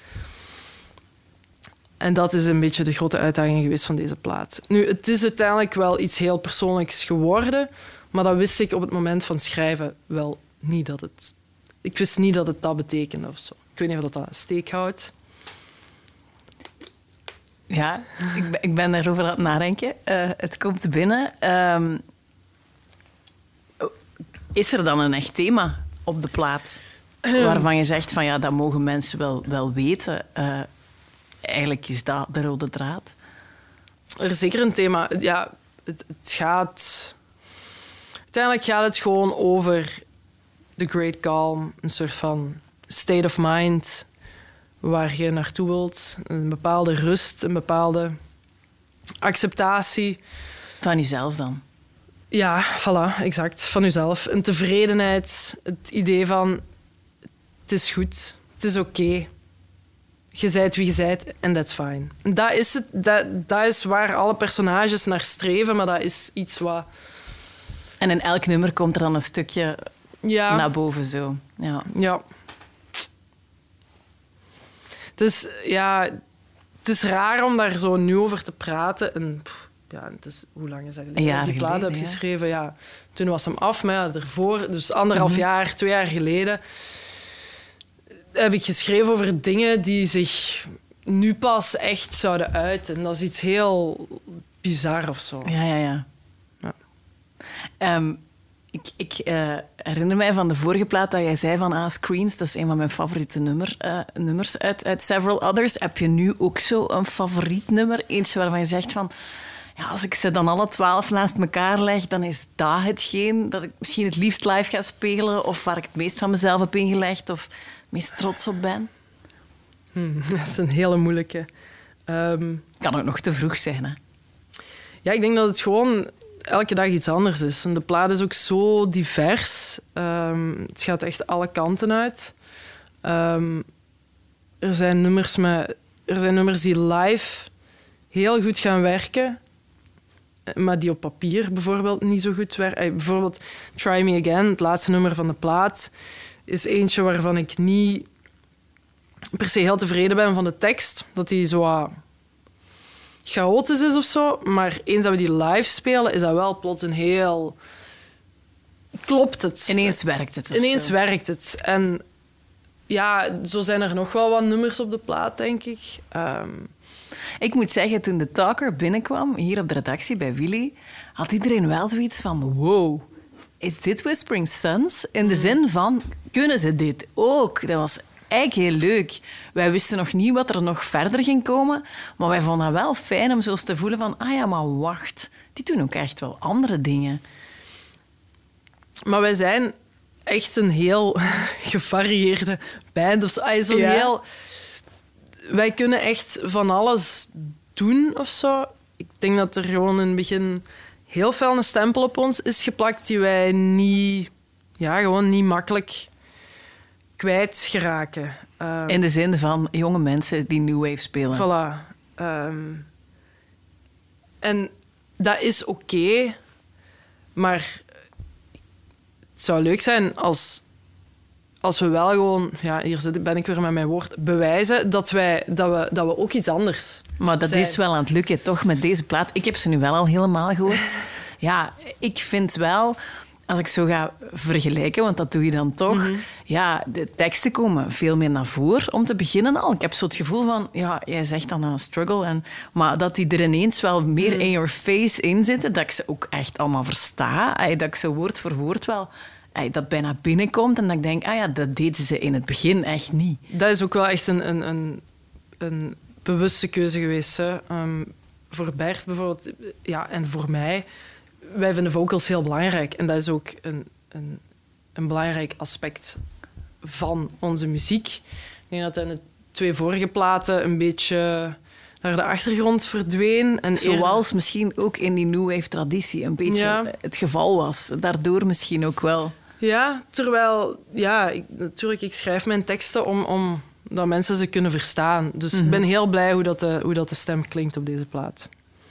En dat is een beetje de grote uitdaging geweest van deze plaat. Nu, het is uiteindelijk wel iets heel persoonlijks geworden, maar dat wist ik op het moment van schrijven wel niet dat het... Ik wist niet dat het dat betekende of zo. Ik weet niet of dat, dat steek houdt. Ja, ik ben, ik ben daarover aan het nadenken. Uh, het komt binnen. Um, is er dan een echt thema op de plaat waarvan je zegt van ja, dat mogen mensen wel, wel weten? Uh, eigenlijk is dat de rode draad. Er is zeker een thema. Ja, het, het gaat... Uiteindelijk gaat het gewoon over the great calm, een soort van state of mind waar je naartoe wilt. Een bepaalde rust, een bepaalde acceptatie. Van jezelf dan? Ja, voilà, exact. Van jezelf. Een tevredenheid, het idee van het is goed, het is oké. Okay. Je zijt wie je zijt en that's fine. Dat is, het, dat, dat is waar alle personages naar streven, maar dat is iets wat... En in elk nummer komt er dan een stukje ja. naar boven zo. Ja. Ja. Het is, ja, het is raar om daar zo nu over te praten. En, ja, het is, hoe lang is dat geleden? Een jaar Die plaat geleden, heb ja. geschreven. Ja, toen was hem af, maar ja, ervoor, dus anderhalf mm-hmm. jaar, twee jaar geleden, heb ik geschreven over dingen die zich nu pas echt zouden uiten. En dat is iets heel bizar of zo. Ja, ja, ja. ja. Um, ik ik uh, herinner mij van de vorige plaat dat jij zei van ah, Screens, dat is een van mijn favoriete nummer, uh, nummers uit, uit Several Others. Heb je nu ook zo een favoriet nummer? Eentje waarvan je zegt van ja, als ik ze dan alle twaalf naast elkaar leg, dan is dat hetgeen dat ik misschien het liefst live ga spelen of waar ik het meest van mezelf heb ingelegd of het meest trots op ben? Hmm, dat is een hele moeilijke. Um, kan ook nog te vroeg zijn, hè? Ja, ik denk dat het gewoon elke dag iets anders is. En de plaat is ook zo divers. Um, het gaat echt alle kanten uit. Um, er zijn nummers met, er zijn nummers die live heel goed gaan werken, maar die op papier bijvoorbeeld niet zo goed werken. Bijvoorbeeld Try Me Again, het laatste nummer van de plaat, is eentje waarvan ik niet per se heel tevreden ben van de tekst. Dat die zo uh, chaotisch is of zo. Maar eens dat we die live spelen, is dat wel plots een heel... Klopt het. Ineens werkt het. Ineens zo. werkt het. En ja, zo zijn er nog wel wat nummers op de plaat, denk ik. Um, Ik moet zeggen, toen de Talker binnenkwam, hier op de redactie bij Willy, had iedereen wel zoiets van, wow, is dit Whispering Suns? In de zin van, kunnen ze dit ook? Dat was eigenlijk heel leuk. Wij wisten nog niet wat er nog verder ging komen, maar wij vonden het wel fijn om zo eens te voelen van, ah ja, maar wacht, die doen ook echt wel andere dingen. Maar wij zijn echt een heel gevarieerde band. Of zo. Ay, zo'n Ja. heel... Wij kunnen echt van alles doen of zo. Ik denk dat er gewoon in het begin heel veel een stempel op ons is geplakt die wij niet, ja, gewoon niet makkelijk kwijt geraken. Um, In de zin van jonge mensen die New Wave spelen. Voilà. Um, en dat is oké, okay, maar het zou leuk zijn als... Als we wel gewoon, ja, hier zit, ben ik weer met mijn woord, bewijzen dat, wij, dat, we, dat we ook iets anders Maar dat zijn. is wel aan het lukken, toch, met deze plaat. Ik heb ze nu wel al helemaal gehoord. Ja, ik vind wel, als ik zo ga vergelijken, want dat doe je dan toch, mm-hmm. ja, de teksten komen veel meer naar voren, om te beginnen al. Ik heb zo het gevoel van, ja, jij zegt dan een struggle, en, maar dat die er ineens wel meer mm-hmm. in your face in zitten, dat ik ze ook echt allemaal versta, dat ik ze woord voor woord wel... dat bijna binnenkomt en dat ik denk, ah ja, dat deden ze in het begin echt niet. Dat is ook wel echt een, een, een, een bewuste keuze geweest. Hè. Um, voor Bert bijvoorbeeld, ja, en voor mij, wij vinden vocals heel belangrijk. En dat is ook een, een, een belangrijk aspect van onze muziek. Ik denk dat in de twee vorige platen een beetje naar de achtergrond verdween. En Zoals eer... misschien ook in die New Wave-traditie een beetje ja. het geval was. Daardoor misschien ook wel. Ja, terwijl... Ja, ik, natuurlijk, ik schrijf mijn teksten om, om dat mensen ze kunnen verstaan. Dus mm-hmm. ik ben heel blij hoe dat, de, hoe dat de stem klinkt op deze plaat.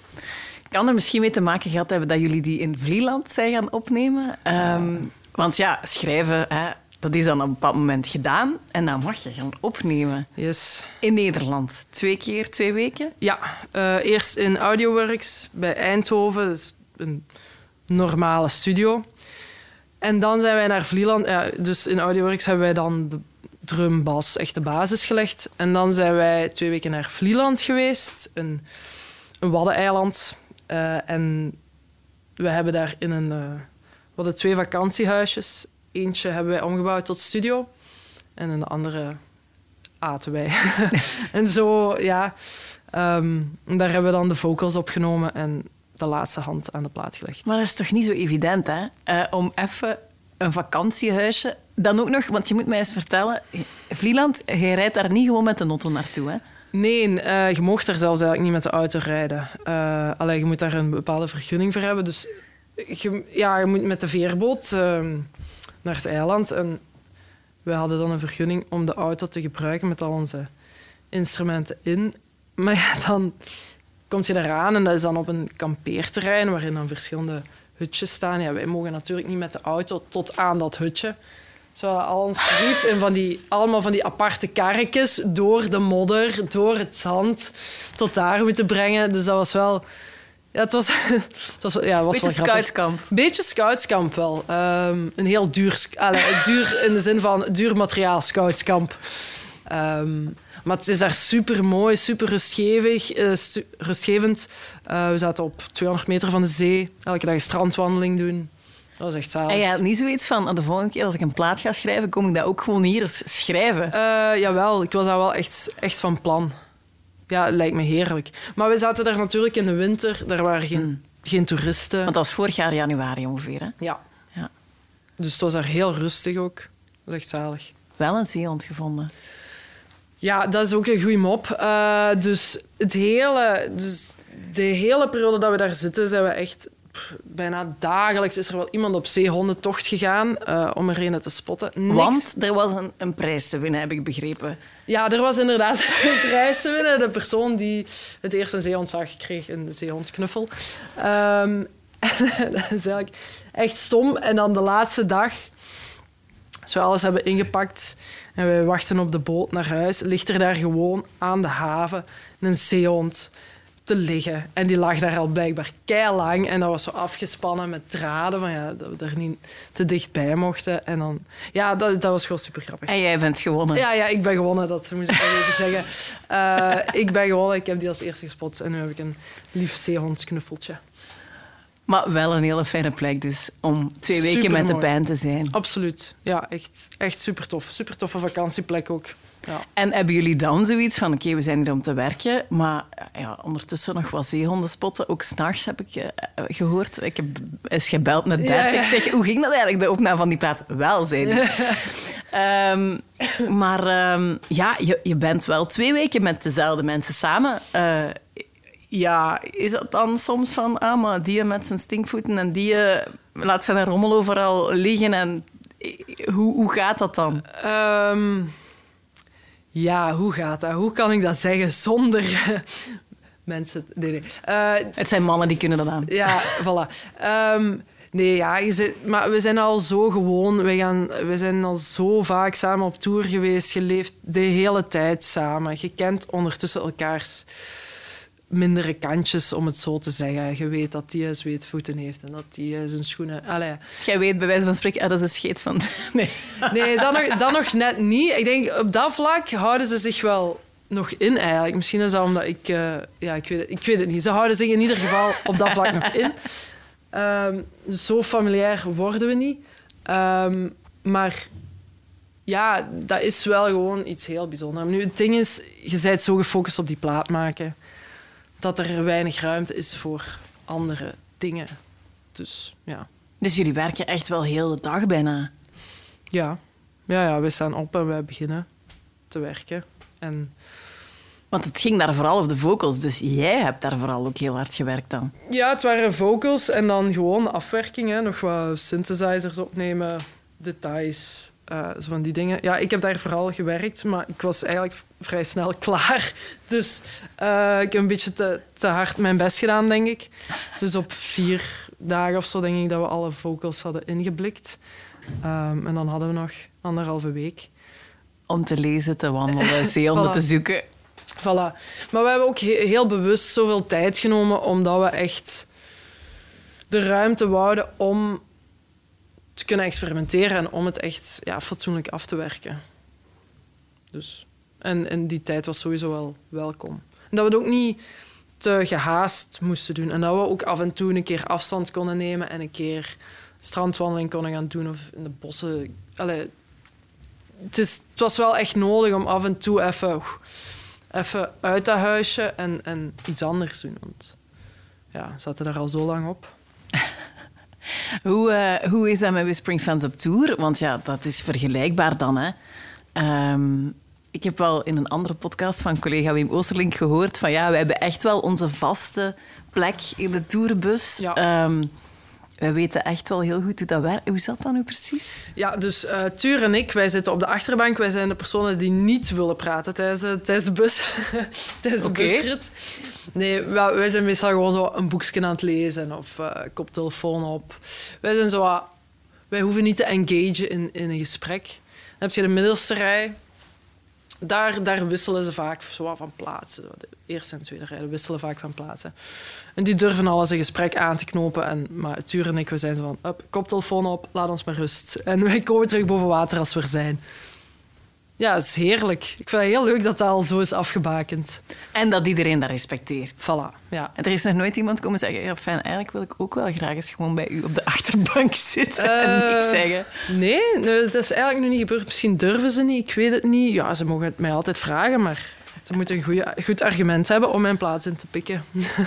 Kan er misschien mee te maken gehad hebben dat jullie die in Vlieland zijn gaan opnemen? Ja. Um, want ja, schrijven... Hè, dat is dan op een bepaald moment gedaan en dan mag je gaan opnemen. Yes. In Nederland. Twee keer, twee weken? Ja, uh, eerst in Audioworks bij Eindhoven. Dat is een normale studio. En dan zijn wij naar Vlieland. Ja, dus in Audioworks hebben wij dan de drum, bas, echt de basis gelegd. En dan zijn wij twee weken naar Vlieland geweest. Een, een waddeneiland. Uh, en we hebben daar in een... Uh, we hadden twee vakantiehuisjes. Eentje hebben wij omgebouwd tot studio. En in de andere aten wij. En zo, ja. Um, daar hebben we dan de vocals opgenomen en de laatste hand aan de plaat gelegd. Maar dat is toch niet zo evident, hè? Uh, om even een vakantiehuisje... Dan ook nog, want je moet mij eens vertellen... Vlieland, je rijdt daar niet gewoon met de auto naartoe, hè? Nee, uh, je mocht daar zelfs eigenlijk niet met de auto rijden. Uh, allee, je moet daar een bepaalde vergunning voor hebben. Dus je, ja, je moet met de veerboot... Uh, naar het eiland. En wij hadden dan een vergunning om de auto te gebruiken met al onze instrumenten in. Maar ja, dan kom je daaraan en dat is dan op een kampeerterrein waarin dan verschillende hutjes staan. Ja, wij mogen natuurlijk niet met de auto tot aan dat hutje. Zo hadden al ons brief en van die, allemaal van die aparte karretjes door de modder, door het zand, tot daar moeten brengen. Dus dat was wel... Ja, het was, het was, ja, was Beetje wel scoutskamp. Beetje scoutskamp wel. Um, een heel duur, allez, duur in de zin van duur materiaal scoutskamp. Um, maar het is daar super mooi, super rustgevig, uh, stu- rustgevend. Uh, we zaten op tweehonderd meter van de zee. Elke dag een strandwandeling doen. Dat was echt zalig. En ja, niet zoiets van, de volgende keer als ik een plaat ga schrijven, kom ik dat ook gewoon hier eens schrijven? Uh, jawel, ik was daar wel echt, echt van plan. Ja, het lijkt me heerlijk. Maar we zaten daar natuurlijk in de winter. Daar waren geen, mm. geen toeristen. Want dat was vorig jaar januari ongeveer, hè? Ja. ja. Dus het was daar heel rustig ook. Dat was echt zalig. Wel een zeehond gevonden. Ja, dat is ook een goeie mop. Uh, dus, het hele, dus de hele periode dat we daar zitten, zijn we echt... Pff, bijna dagelijks is er wel iemand op zeehondentocht gegaan uh, om er een te spotten. Niks. Want er was een, een prijs te winnen, heb ik begrepen. Ja, er was inderdaad een prijs te winnen. De persoon die het eerst een zeehond zag, kreeg een zeehondsknuffel. Um, dat is eigenlijk echt stom. En dan de laatste dag, als we alles hebben ingepakt en we wachten op de boot naar huis, ligt er daar gewoon aan de haven een zeehond te liggen. En die lag daar al blijkbaar keilang. En dat was zo afgespannen met draden, van ja, dat we er niet te dichtbij mochten. En dan... Ja, dat, dat was gewoon super grappig. En jij bent gewonnen. Ja, ja, ik ben gewonnen, dat moest ik wel even zeggen. Uh, ik ben gewonnen, ik heb die als eerste gespot. En nu heb ik een lief zeehondsknuffeltje. Maar wel een hele fijne plek dus, om twee weken Supermooi. met de band te zijn. Absoluut. Ja, echt, echt super tof. Super toffe vakantieplek ook. Ja. En hebben jullie dan zoiets van, oké, okay, we zijn hier om te werken, maar ja, ondertussen nog wat zeehonden spotten, ook 's nachts heb ik uh, gehoord. Ik heb eens gebeld met Bert. Ja, ja. Ik zeg, hoe ging dat eigenlijk, de opname van die plaat? Wel, zei hij. um, maar um, ja, je, je bent wel twee weken met dezelfde mensen samen. Uh, ja, is dat dan soms van, ah, maar die met zijn stinkvoeten en die uh, laat zijn rommel overal liggen en hoe, hoe gaat dat dan? Um... Ja, hoe gaat dat? Hoe kan ik dat zeggen zonder mensen... Nee, nee. Uh, het zijn mannen die kunnen dat aan. Ja, voilà. Um, nee, ja, je zit, maar we zijn al zo gewoon. We, gaan, we zijn al zo vaak samen op tour geweest. Je leeft de hele tijd samen. Je kent ondertussen elkaars mindere kantjes, om het zo te zeggen. Je weet dat die zweetvoeten heeft en dat die zijn schoenen... Allee. Jij weet bij wijze van spreken, ah, dat is een scheet van... Nee, nee dat, nog, dat nog net niet. Ik denk, op dat vlak houden ze zich wel nog in, eigenlijk. Misschien is dat omdat ik... Uh, ja, ik weet, het, ik weet het niet. Ze houden zich in ieder geval op dat vlak nog in. Um, zo familiair worden we niet. Um, maar... Ja, dat is wel gewoon iets heel bijzonders. Nu, het ding is, je bent zo gefocust op die plaat maken dat er weinig ruimte is voor andere dingen. Dus, ja. Dus jullie werken echt wel heel de dag bijna? Ja. Ja, ja, we staan op en wij beginnen te werken. En... Want het ging daar vooral over de vocals, dus jij hebt daar vooral ook heel hard gewerkt dan? Ja, het waren vocals en dan gewoon afwerking. Hè. Nog wat synthesizers opnemen, details... Uh, zo van die dingen. Ja, ik heb daar vooral gewerkt, maar ik was eigenlijk vrij snel klaar. Dus uh, ik heb een beetje te, te hard mijn best gedaan, denk ik. Dus op vier dagen of zo denk ik dat we alle vocals hadden ingeblikt. Um, en dan hadden we nog anderhalve week. Om te lezen, te wandelen, zeehonden voilà. te zoeken. Voilà. Maar we hebben ook he- heel bewust zoveel tijd genomen, omdat we echt de ruimte wouden om te kunnen experimenteren en om het echt ja, fatsoenlijk af te werken. Dus, en, en die tijd was sowieso wel welkom. En dat we het ook niet te gehaast moesten doen. En dat we ook af en toe een keer afstand konden nemen en een keer strandwandeling konden gaan doen of in de bossen. Allee, het, is, het was wel echt nodig om af en toe even, even uit dat huisje en, en iets anders doen. Want ja, we zaten daar al zo lang op. Hoe, uh, hoe is dat met Whispering Sands op tour? Want ja, dat is vergelijkbaar dan. Hè? Um, ik heb wel in een andere podcast van collega Wim Oosterlink gehoord van ja, we hebben echt wel onze vaste plek in de tourbus. Ja. Um, wij weten echt wel heel goed hoe dat werkt. Hoe zat dat nu precies? Ja, dus uh, Tuur en ik, wij zitten op de achterbank. Wij zijn de personen die niet willen praten tijdens, tijdens de bus. tijdens de okay. busrit. Nee, wij zijn meestal gewoon zo een boekje aan het lezen of uh, koptelefoon op. Wij zijn zo... Wij hoeven niet te engagen in, in een gesprek. Dan heb je de middelste rij. Daar, daar wisselen ze vaak zo van plaatsen. De eerste en tweede rij wisselen vaak van plaatsen. En die durven alles een gesprek aan te knopen. En, maar Tuur en ik, we zijn zo van... Up, koptelefoon op, laat ons maar rust. En wij komen terug boven water als we er zijn. Ja, dat is heerlijk. Ik vind het heel leuk dat dat al zo is afgebakend. En dat iedereen dat respecteert. Voilà, ja. En er is nog nooit iemand komen zeggen... Ja, fijn, eigenlijk wil ik ook wel graag eens gewoon bij u op de achterbank zitten uh, en niks zeggen. Nee, nee, dat is eigenlijk nu niet gebeurd. Misschien durven ze niet, ik weet het niet. Ja, ze mogen het mij altijd vragen, maar ze moeten een goeie, goed argument hebben om mijn plaats in te pikken.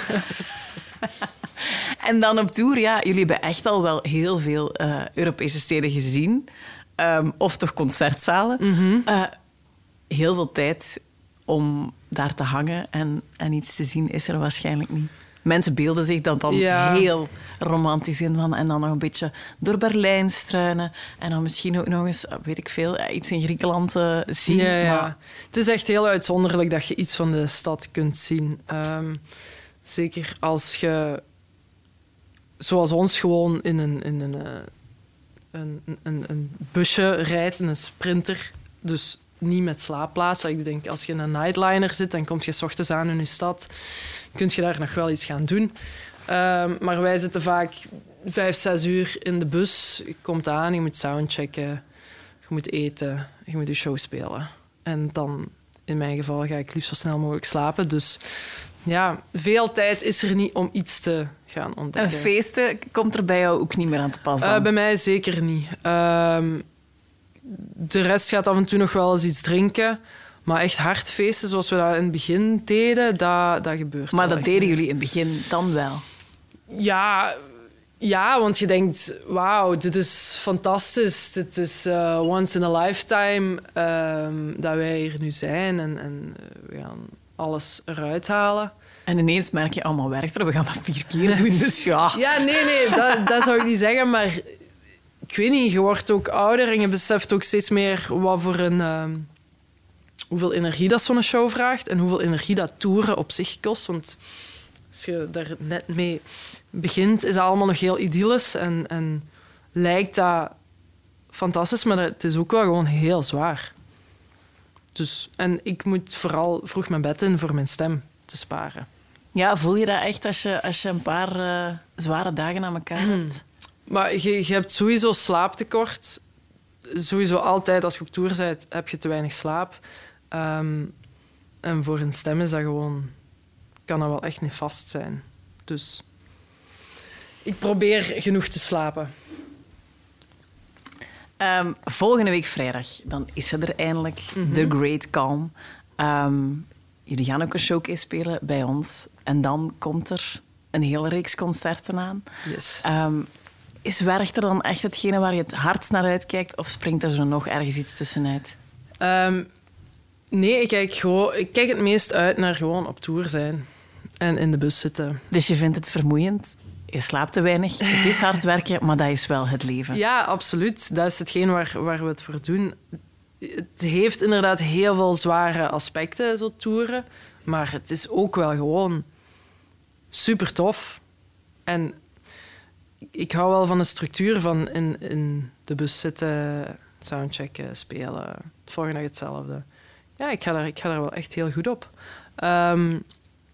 En dan op tour, ja, jullie hebben echt al wel heel veel uh, Europese steden gezien. Um, of toch concertzalen. Mm-hmm. Uh, heel veel tijd om daar te hangen en, en iets te zien is er waarschijnlijk niet. Mensen beelden zich dat dan Ja. heel romantisch in van en dan nog een beetje door Berlijn struinen en dan misschien ook nog eens, weet ik veel, iets in Griekenland uh, zien. Ja, ja. Maar Het is echt heel uitzonderlijk dat je iets van de stad kunt zien. Um, zeker als je, zoals ons, gewoon in een, in een, uh, een, een, een busje rijdt, een sprinter. Dus niet met slaapplaatsen. Ik denk, als je in een nightliner zit, dan kom je 's ochtends aan in je stad. Kun je daar nog wel iets gaan doen. Um, maar wij zitten vaak vijf, zes uur in de bus. Je komt aan, je moet soundchecken, je moet eten, je moet je show spelen. En dan, in mijn geval, ga ik liefst zo snel mogelijk slapen. Dus ja, veel tijd is er niet om iets te gaan en ontdekken. feesten komt er bij jou ook niet meer aan te pas dan? Uh, bij mij zeker niet. Um, de rest gaat af en toe nog wel eens iets drinken. Maar echt hard feesten, zoals we dat in het begin deden, dat, dat gebeurt maar wel dat echt deden niet. jullie in het begin dan wel? Ja, ja, want je denkt, wauw, dit is fantastisch. Dit is uh, once in a lifetime um, dat wij hier nu zijn. En, en uh, we gaan alles eruit halen. En ineens merk je, allemaal werkt er, we gaan dat vier keer doen, dus ja. Ja, nee, nee, dat, dat zou ik niet zeggen, maar ik weet niet, je wordt ook ouder en je beseft ook steeds meer wat voor een, um, hoeveel energie dat zo'n show vraagt en hoeveel energie dat toeren op zich kost. Want als je daar net mee begint, is dat allemaal nog heel idyllisch en, en lijkt dat fantastisch, maar het is ook wel gewoon heel zwaar. Dus, en ik moet vooral vroeg mijn bed in voor mijn stem te sparen. Ja, voel je dat echt als je, als je een paar uh, zware dagen aan elkaar hebt? Maar je, je hebt sowieso slaaptekort. Sowieso altijd als je op tour bent, heb je te weinig slaap. Um, en voor een stem is dat gewoon... kan dat wel echt nefast zijn. Dus ik probeer genoeg te slapen. Um, volgende week vrijdag, dan is ze er eindelijk. Mm-hmm. The Great Calm. Um, jullie gaan ook een showcase spelen bij ons. En dan komt er een hele reeks concerten aan. Yes. Um, is Werchter dan echt hetgene waar je het hardst naar uitkijkt? Of springt er zo nog ergens iets tussenuit? Um, nee, ik kijk, gewoon, ik kijk het meest uit naar gewoon op tour zijn. En in de bus zitten. Dus je vindt het vermoeiend? Je slaapt te weinig. Het is hard werken, maar dat is wel het leven. Ja, absoluut. Dat is hetgeen waar, waar we het voor doen. Het heeft inderdaad heel veel zware aspecten, zo toeren. Maar het is ook wel gewoon super tof. En ik hou wel van de structuur van in, in de bus zitten, soundchecken, spelen. De volgende dag hetzelfde. Ja, ik ga daar, ik ga daar wel echt heel goed op. Um,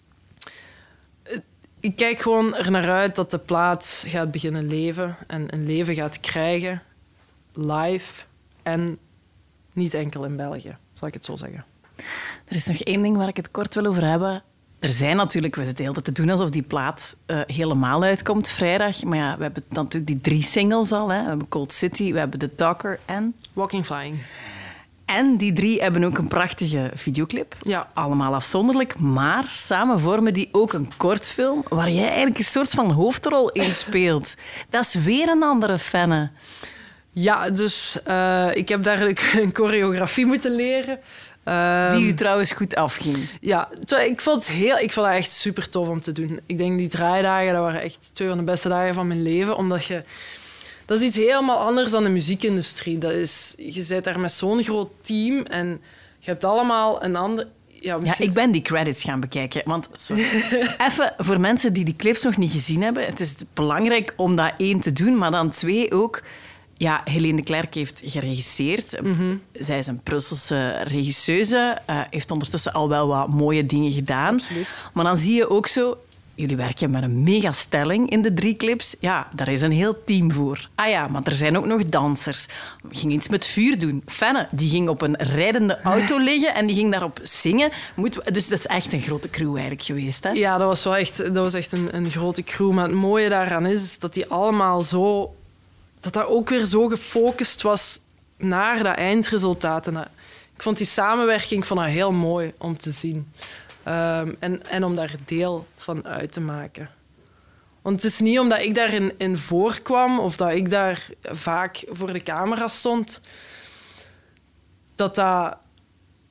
ik kijk gewoon er naar uit dat de plaat gaat beginnen leven en een leven gaat krijgen, live en niet enkel in België, zal ik het zo zeggen. Er is nog één ding waar ik het kort wil over hebben. Er zijn natuurlijk, we zitten heel te doen alsof die plaat uh, helemaal uitkomt vrijdag. Maar ja, we hebben natuurlijk die drie singles al. Hè. We hebben Cold City, we hebben The Talker en... Walking Flying. En die drie hebben ook een prachtige videoclip. Ja. Allemaal afzonderlijk, maar samen vormen die ook een kortfilm waar jij eigenlijk een soort van hoofdrol in speelt. Dat is weer een andere fan. Ja, dus uh, ik heb daar een choreografie moeten leren. Um, Die u trouwens goed afging. Ja, ik vond het heel, ik vond het echt super tof om te doen. Ik denk die draaidagen, dat waren echt twee van de beste dagen van mijn leven, omdat je... Dat is iets helemaal anders dan de muziekindustrie. Dat is, je zit daar met zo'n groot team en je hebt allemaal een ander... Ja, ja, ik ben die credits gaan bekijken. Want, sorry. Even voor mensen die die clips nog niet gezien hebben. Het is belangrijk om dat één te doen, maar dan twee ook... Ja, Helene de Klerk heeft geregisseerd. Mm-hmm. Zij is een Brusselse regisseuse. Uh, heeft ondertussen al wel wat mooie dingen gedaan. Absoluut. Maar dan zie je ook zo... Jullie werken met een megastelling in de drie clips. Ja, daar is een heel team voor. Ah ja, maar er zijn ook nog dansers. We gingen iets met vuur doen. Fenne, die ging op een rijdende auto liggen en die ging daarop zingen. Moet, dus dat is echt een grote crew eigenlijk geweest. Hè? Ja, dat was wel echt, dat was echt een, een grote crew. Maar het mooie daaraan is dat die allemaal zo... Dat dat ook weer zo gefocust was naar dat eindresultaat. En dat, ik vond die samenwerking van haar heel mooi om te zien. Um, en, en om daar deel van uit te maken. Want het is niet omdat ik daarin in voorkwam of dat ik daar vaak voor de camera stond, dat dat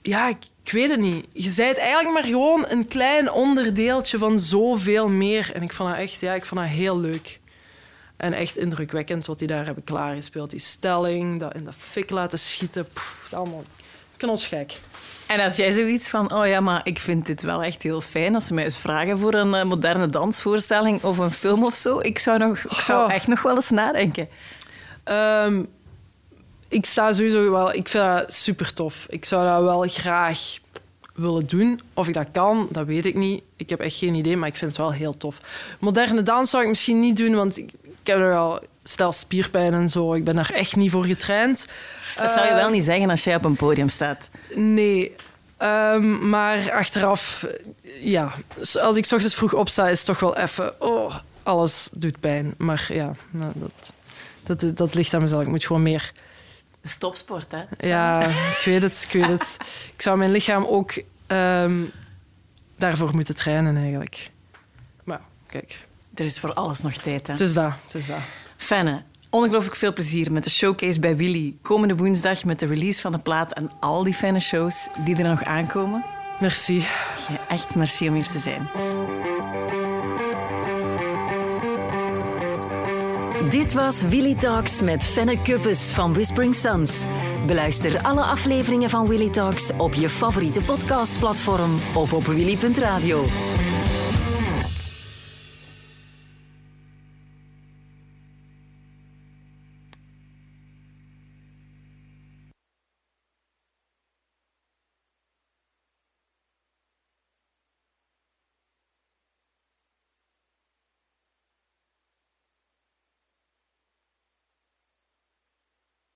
Ja, ik, ik weet het niet. Je bent eigenlijk maar gewoon een klein onderdeeltje van zoveel meer. En ik vond dat echt, ja, ik vond dat heel leuk. En echt indrukwekkend wat die daar hebben klaargespeeld. Die stelling, dat in de fik laten schieten. Pff, het is allemaal knotsgek. En had jij zoiets van, oh ja, maar ik vind dit wel echt heel fijn als ze mij eens vragen voor een uh, moderne dansvoorstelling of een film of zo. Ik zou, nog, ik zou Oh. echt nog wel eens nadenken. Um, ik sta sowieso wel... Ik vind dat super tof. Ik zou dat wel graag willen doen. Of ik dat kan, dat weet ik niet. Ik heb echt geen idee, maar ik vind het wel heel tof. Moderne dans zou ik misschien niet doen, want ik, ik heb er al stel spierpijn en zo. Ik ben daar echt niet voor getraind. Dat zou je Uh, wel niet zeggen als jij op een podium staat. Nee. Um, maar achteraf, ja. Als ik 's ochtends vroeg opsta, is het toch wel even... Oh, alles doet pijn. Maar ja, nou, dat, dat, dat ligt aan mezelf. Ik moet gewoon meer... Stopsport, hè? Ja, ik weet het, ik weet het. Ik zou mijn lichaam ook um, daarvoor moeten trainen, eigenlijk. Maar kijk, Er is voor alles nog tijd, hè? het is dat. Het is dat. Fenne, ongelooflijk veel plezier met de showcase bij Willy. Komende woensdag met de release van de plaat en al die fijne shows die er nog aankomen. Merci. Ja, echt merci om hier te zijn. Dit was Willy Talks met Fenne Kuppes van Whispering Suns. Beluister alle afleveringen van Willy Talks op je favoriete podcastplatform of op willy punt radio.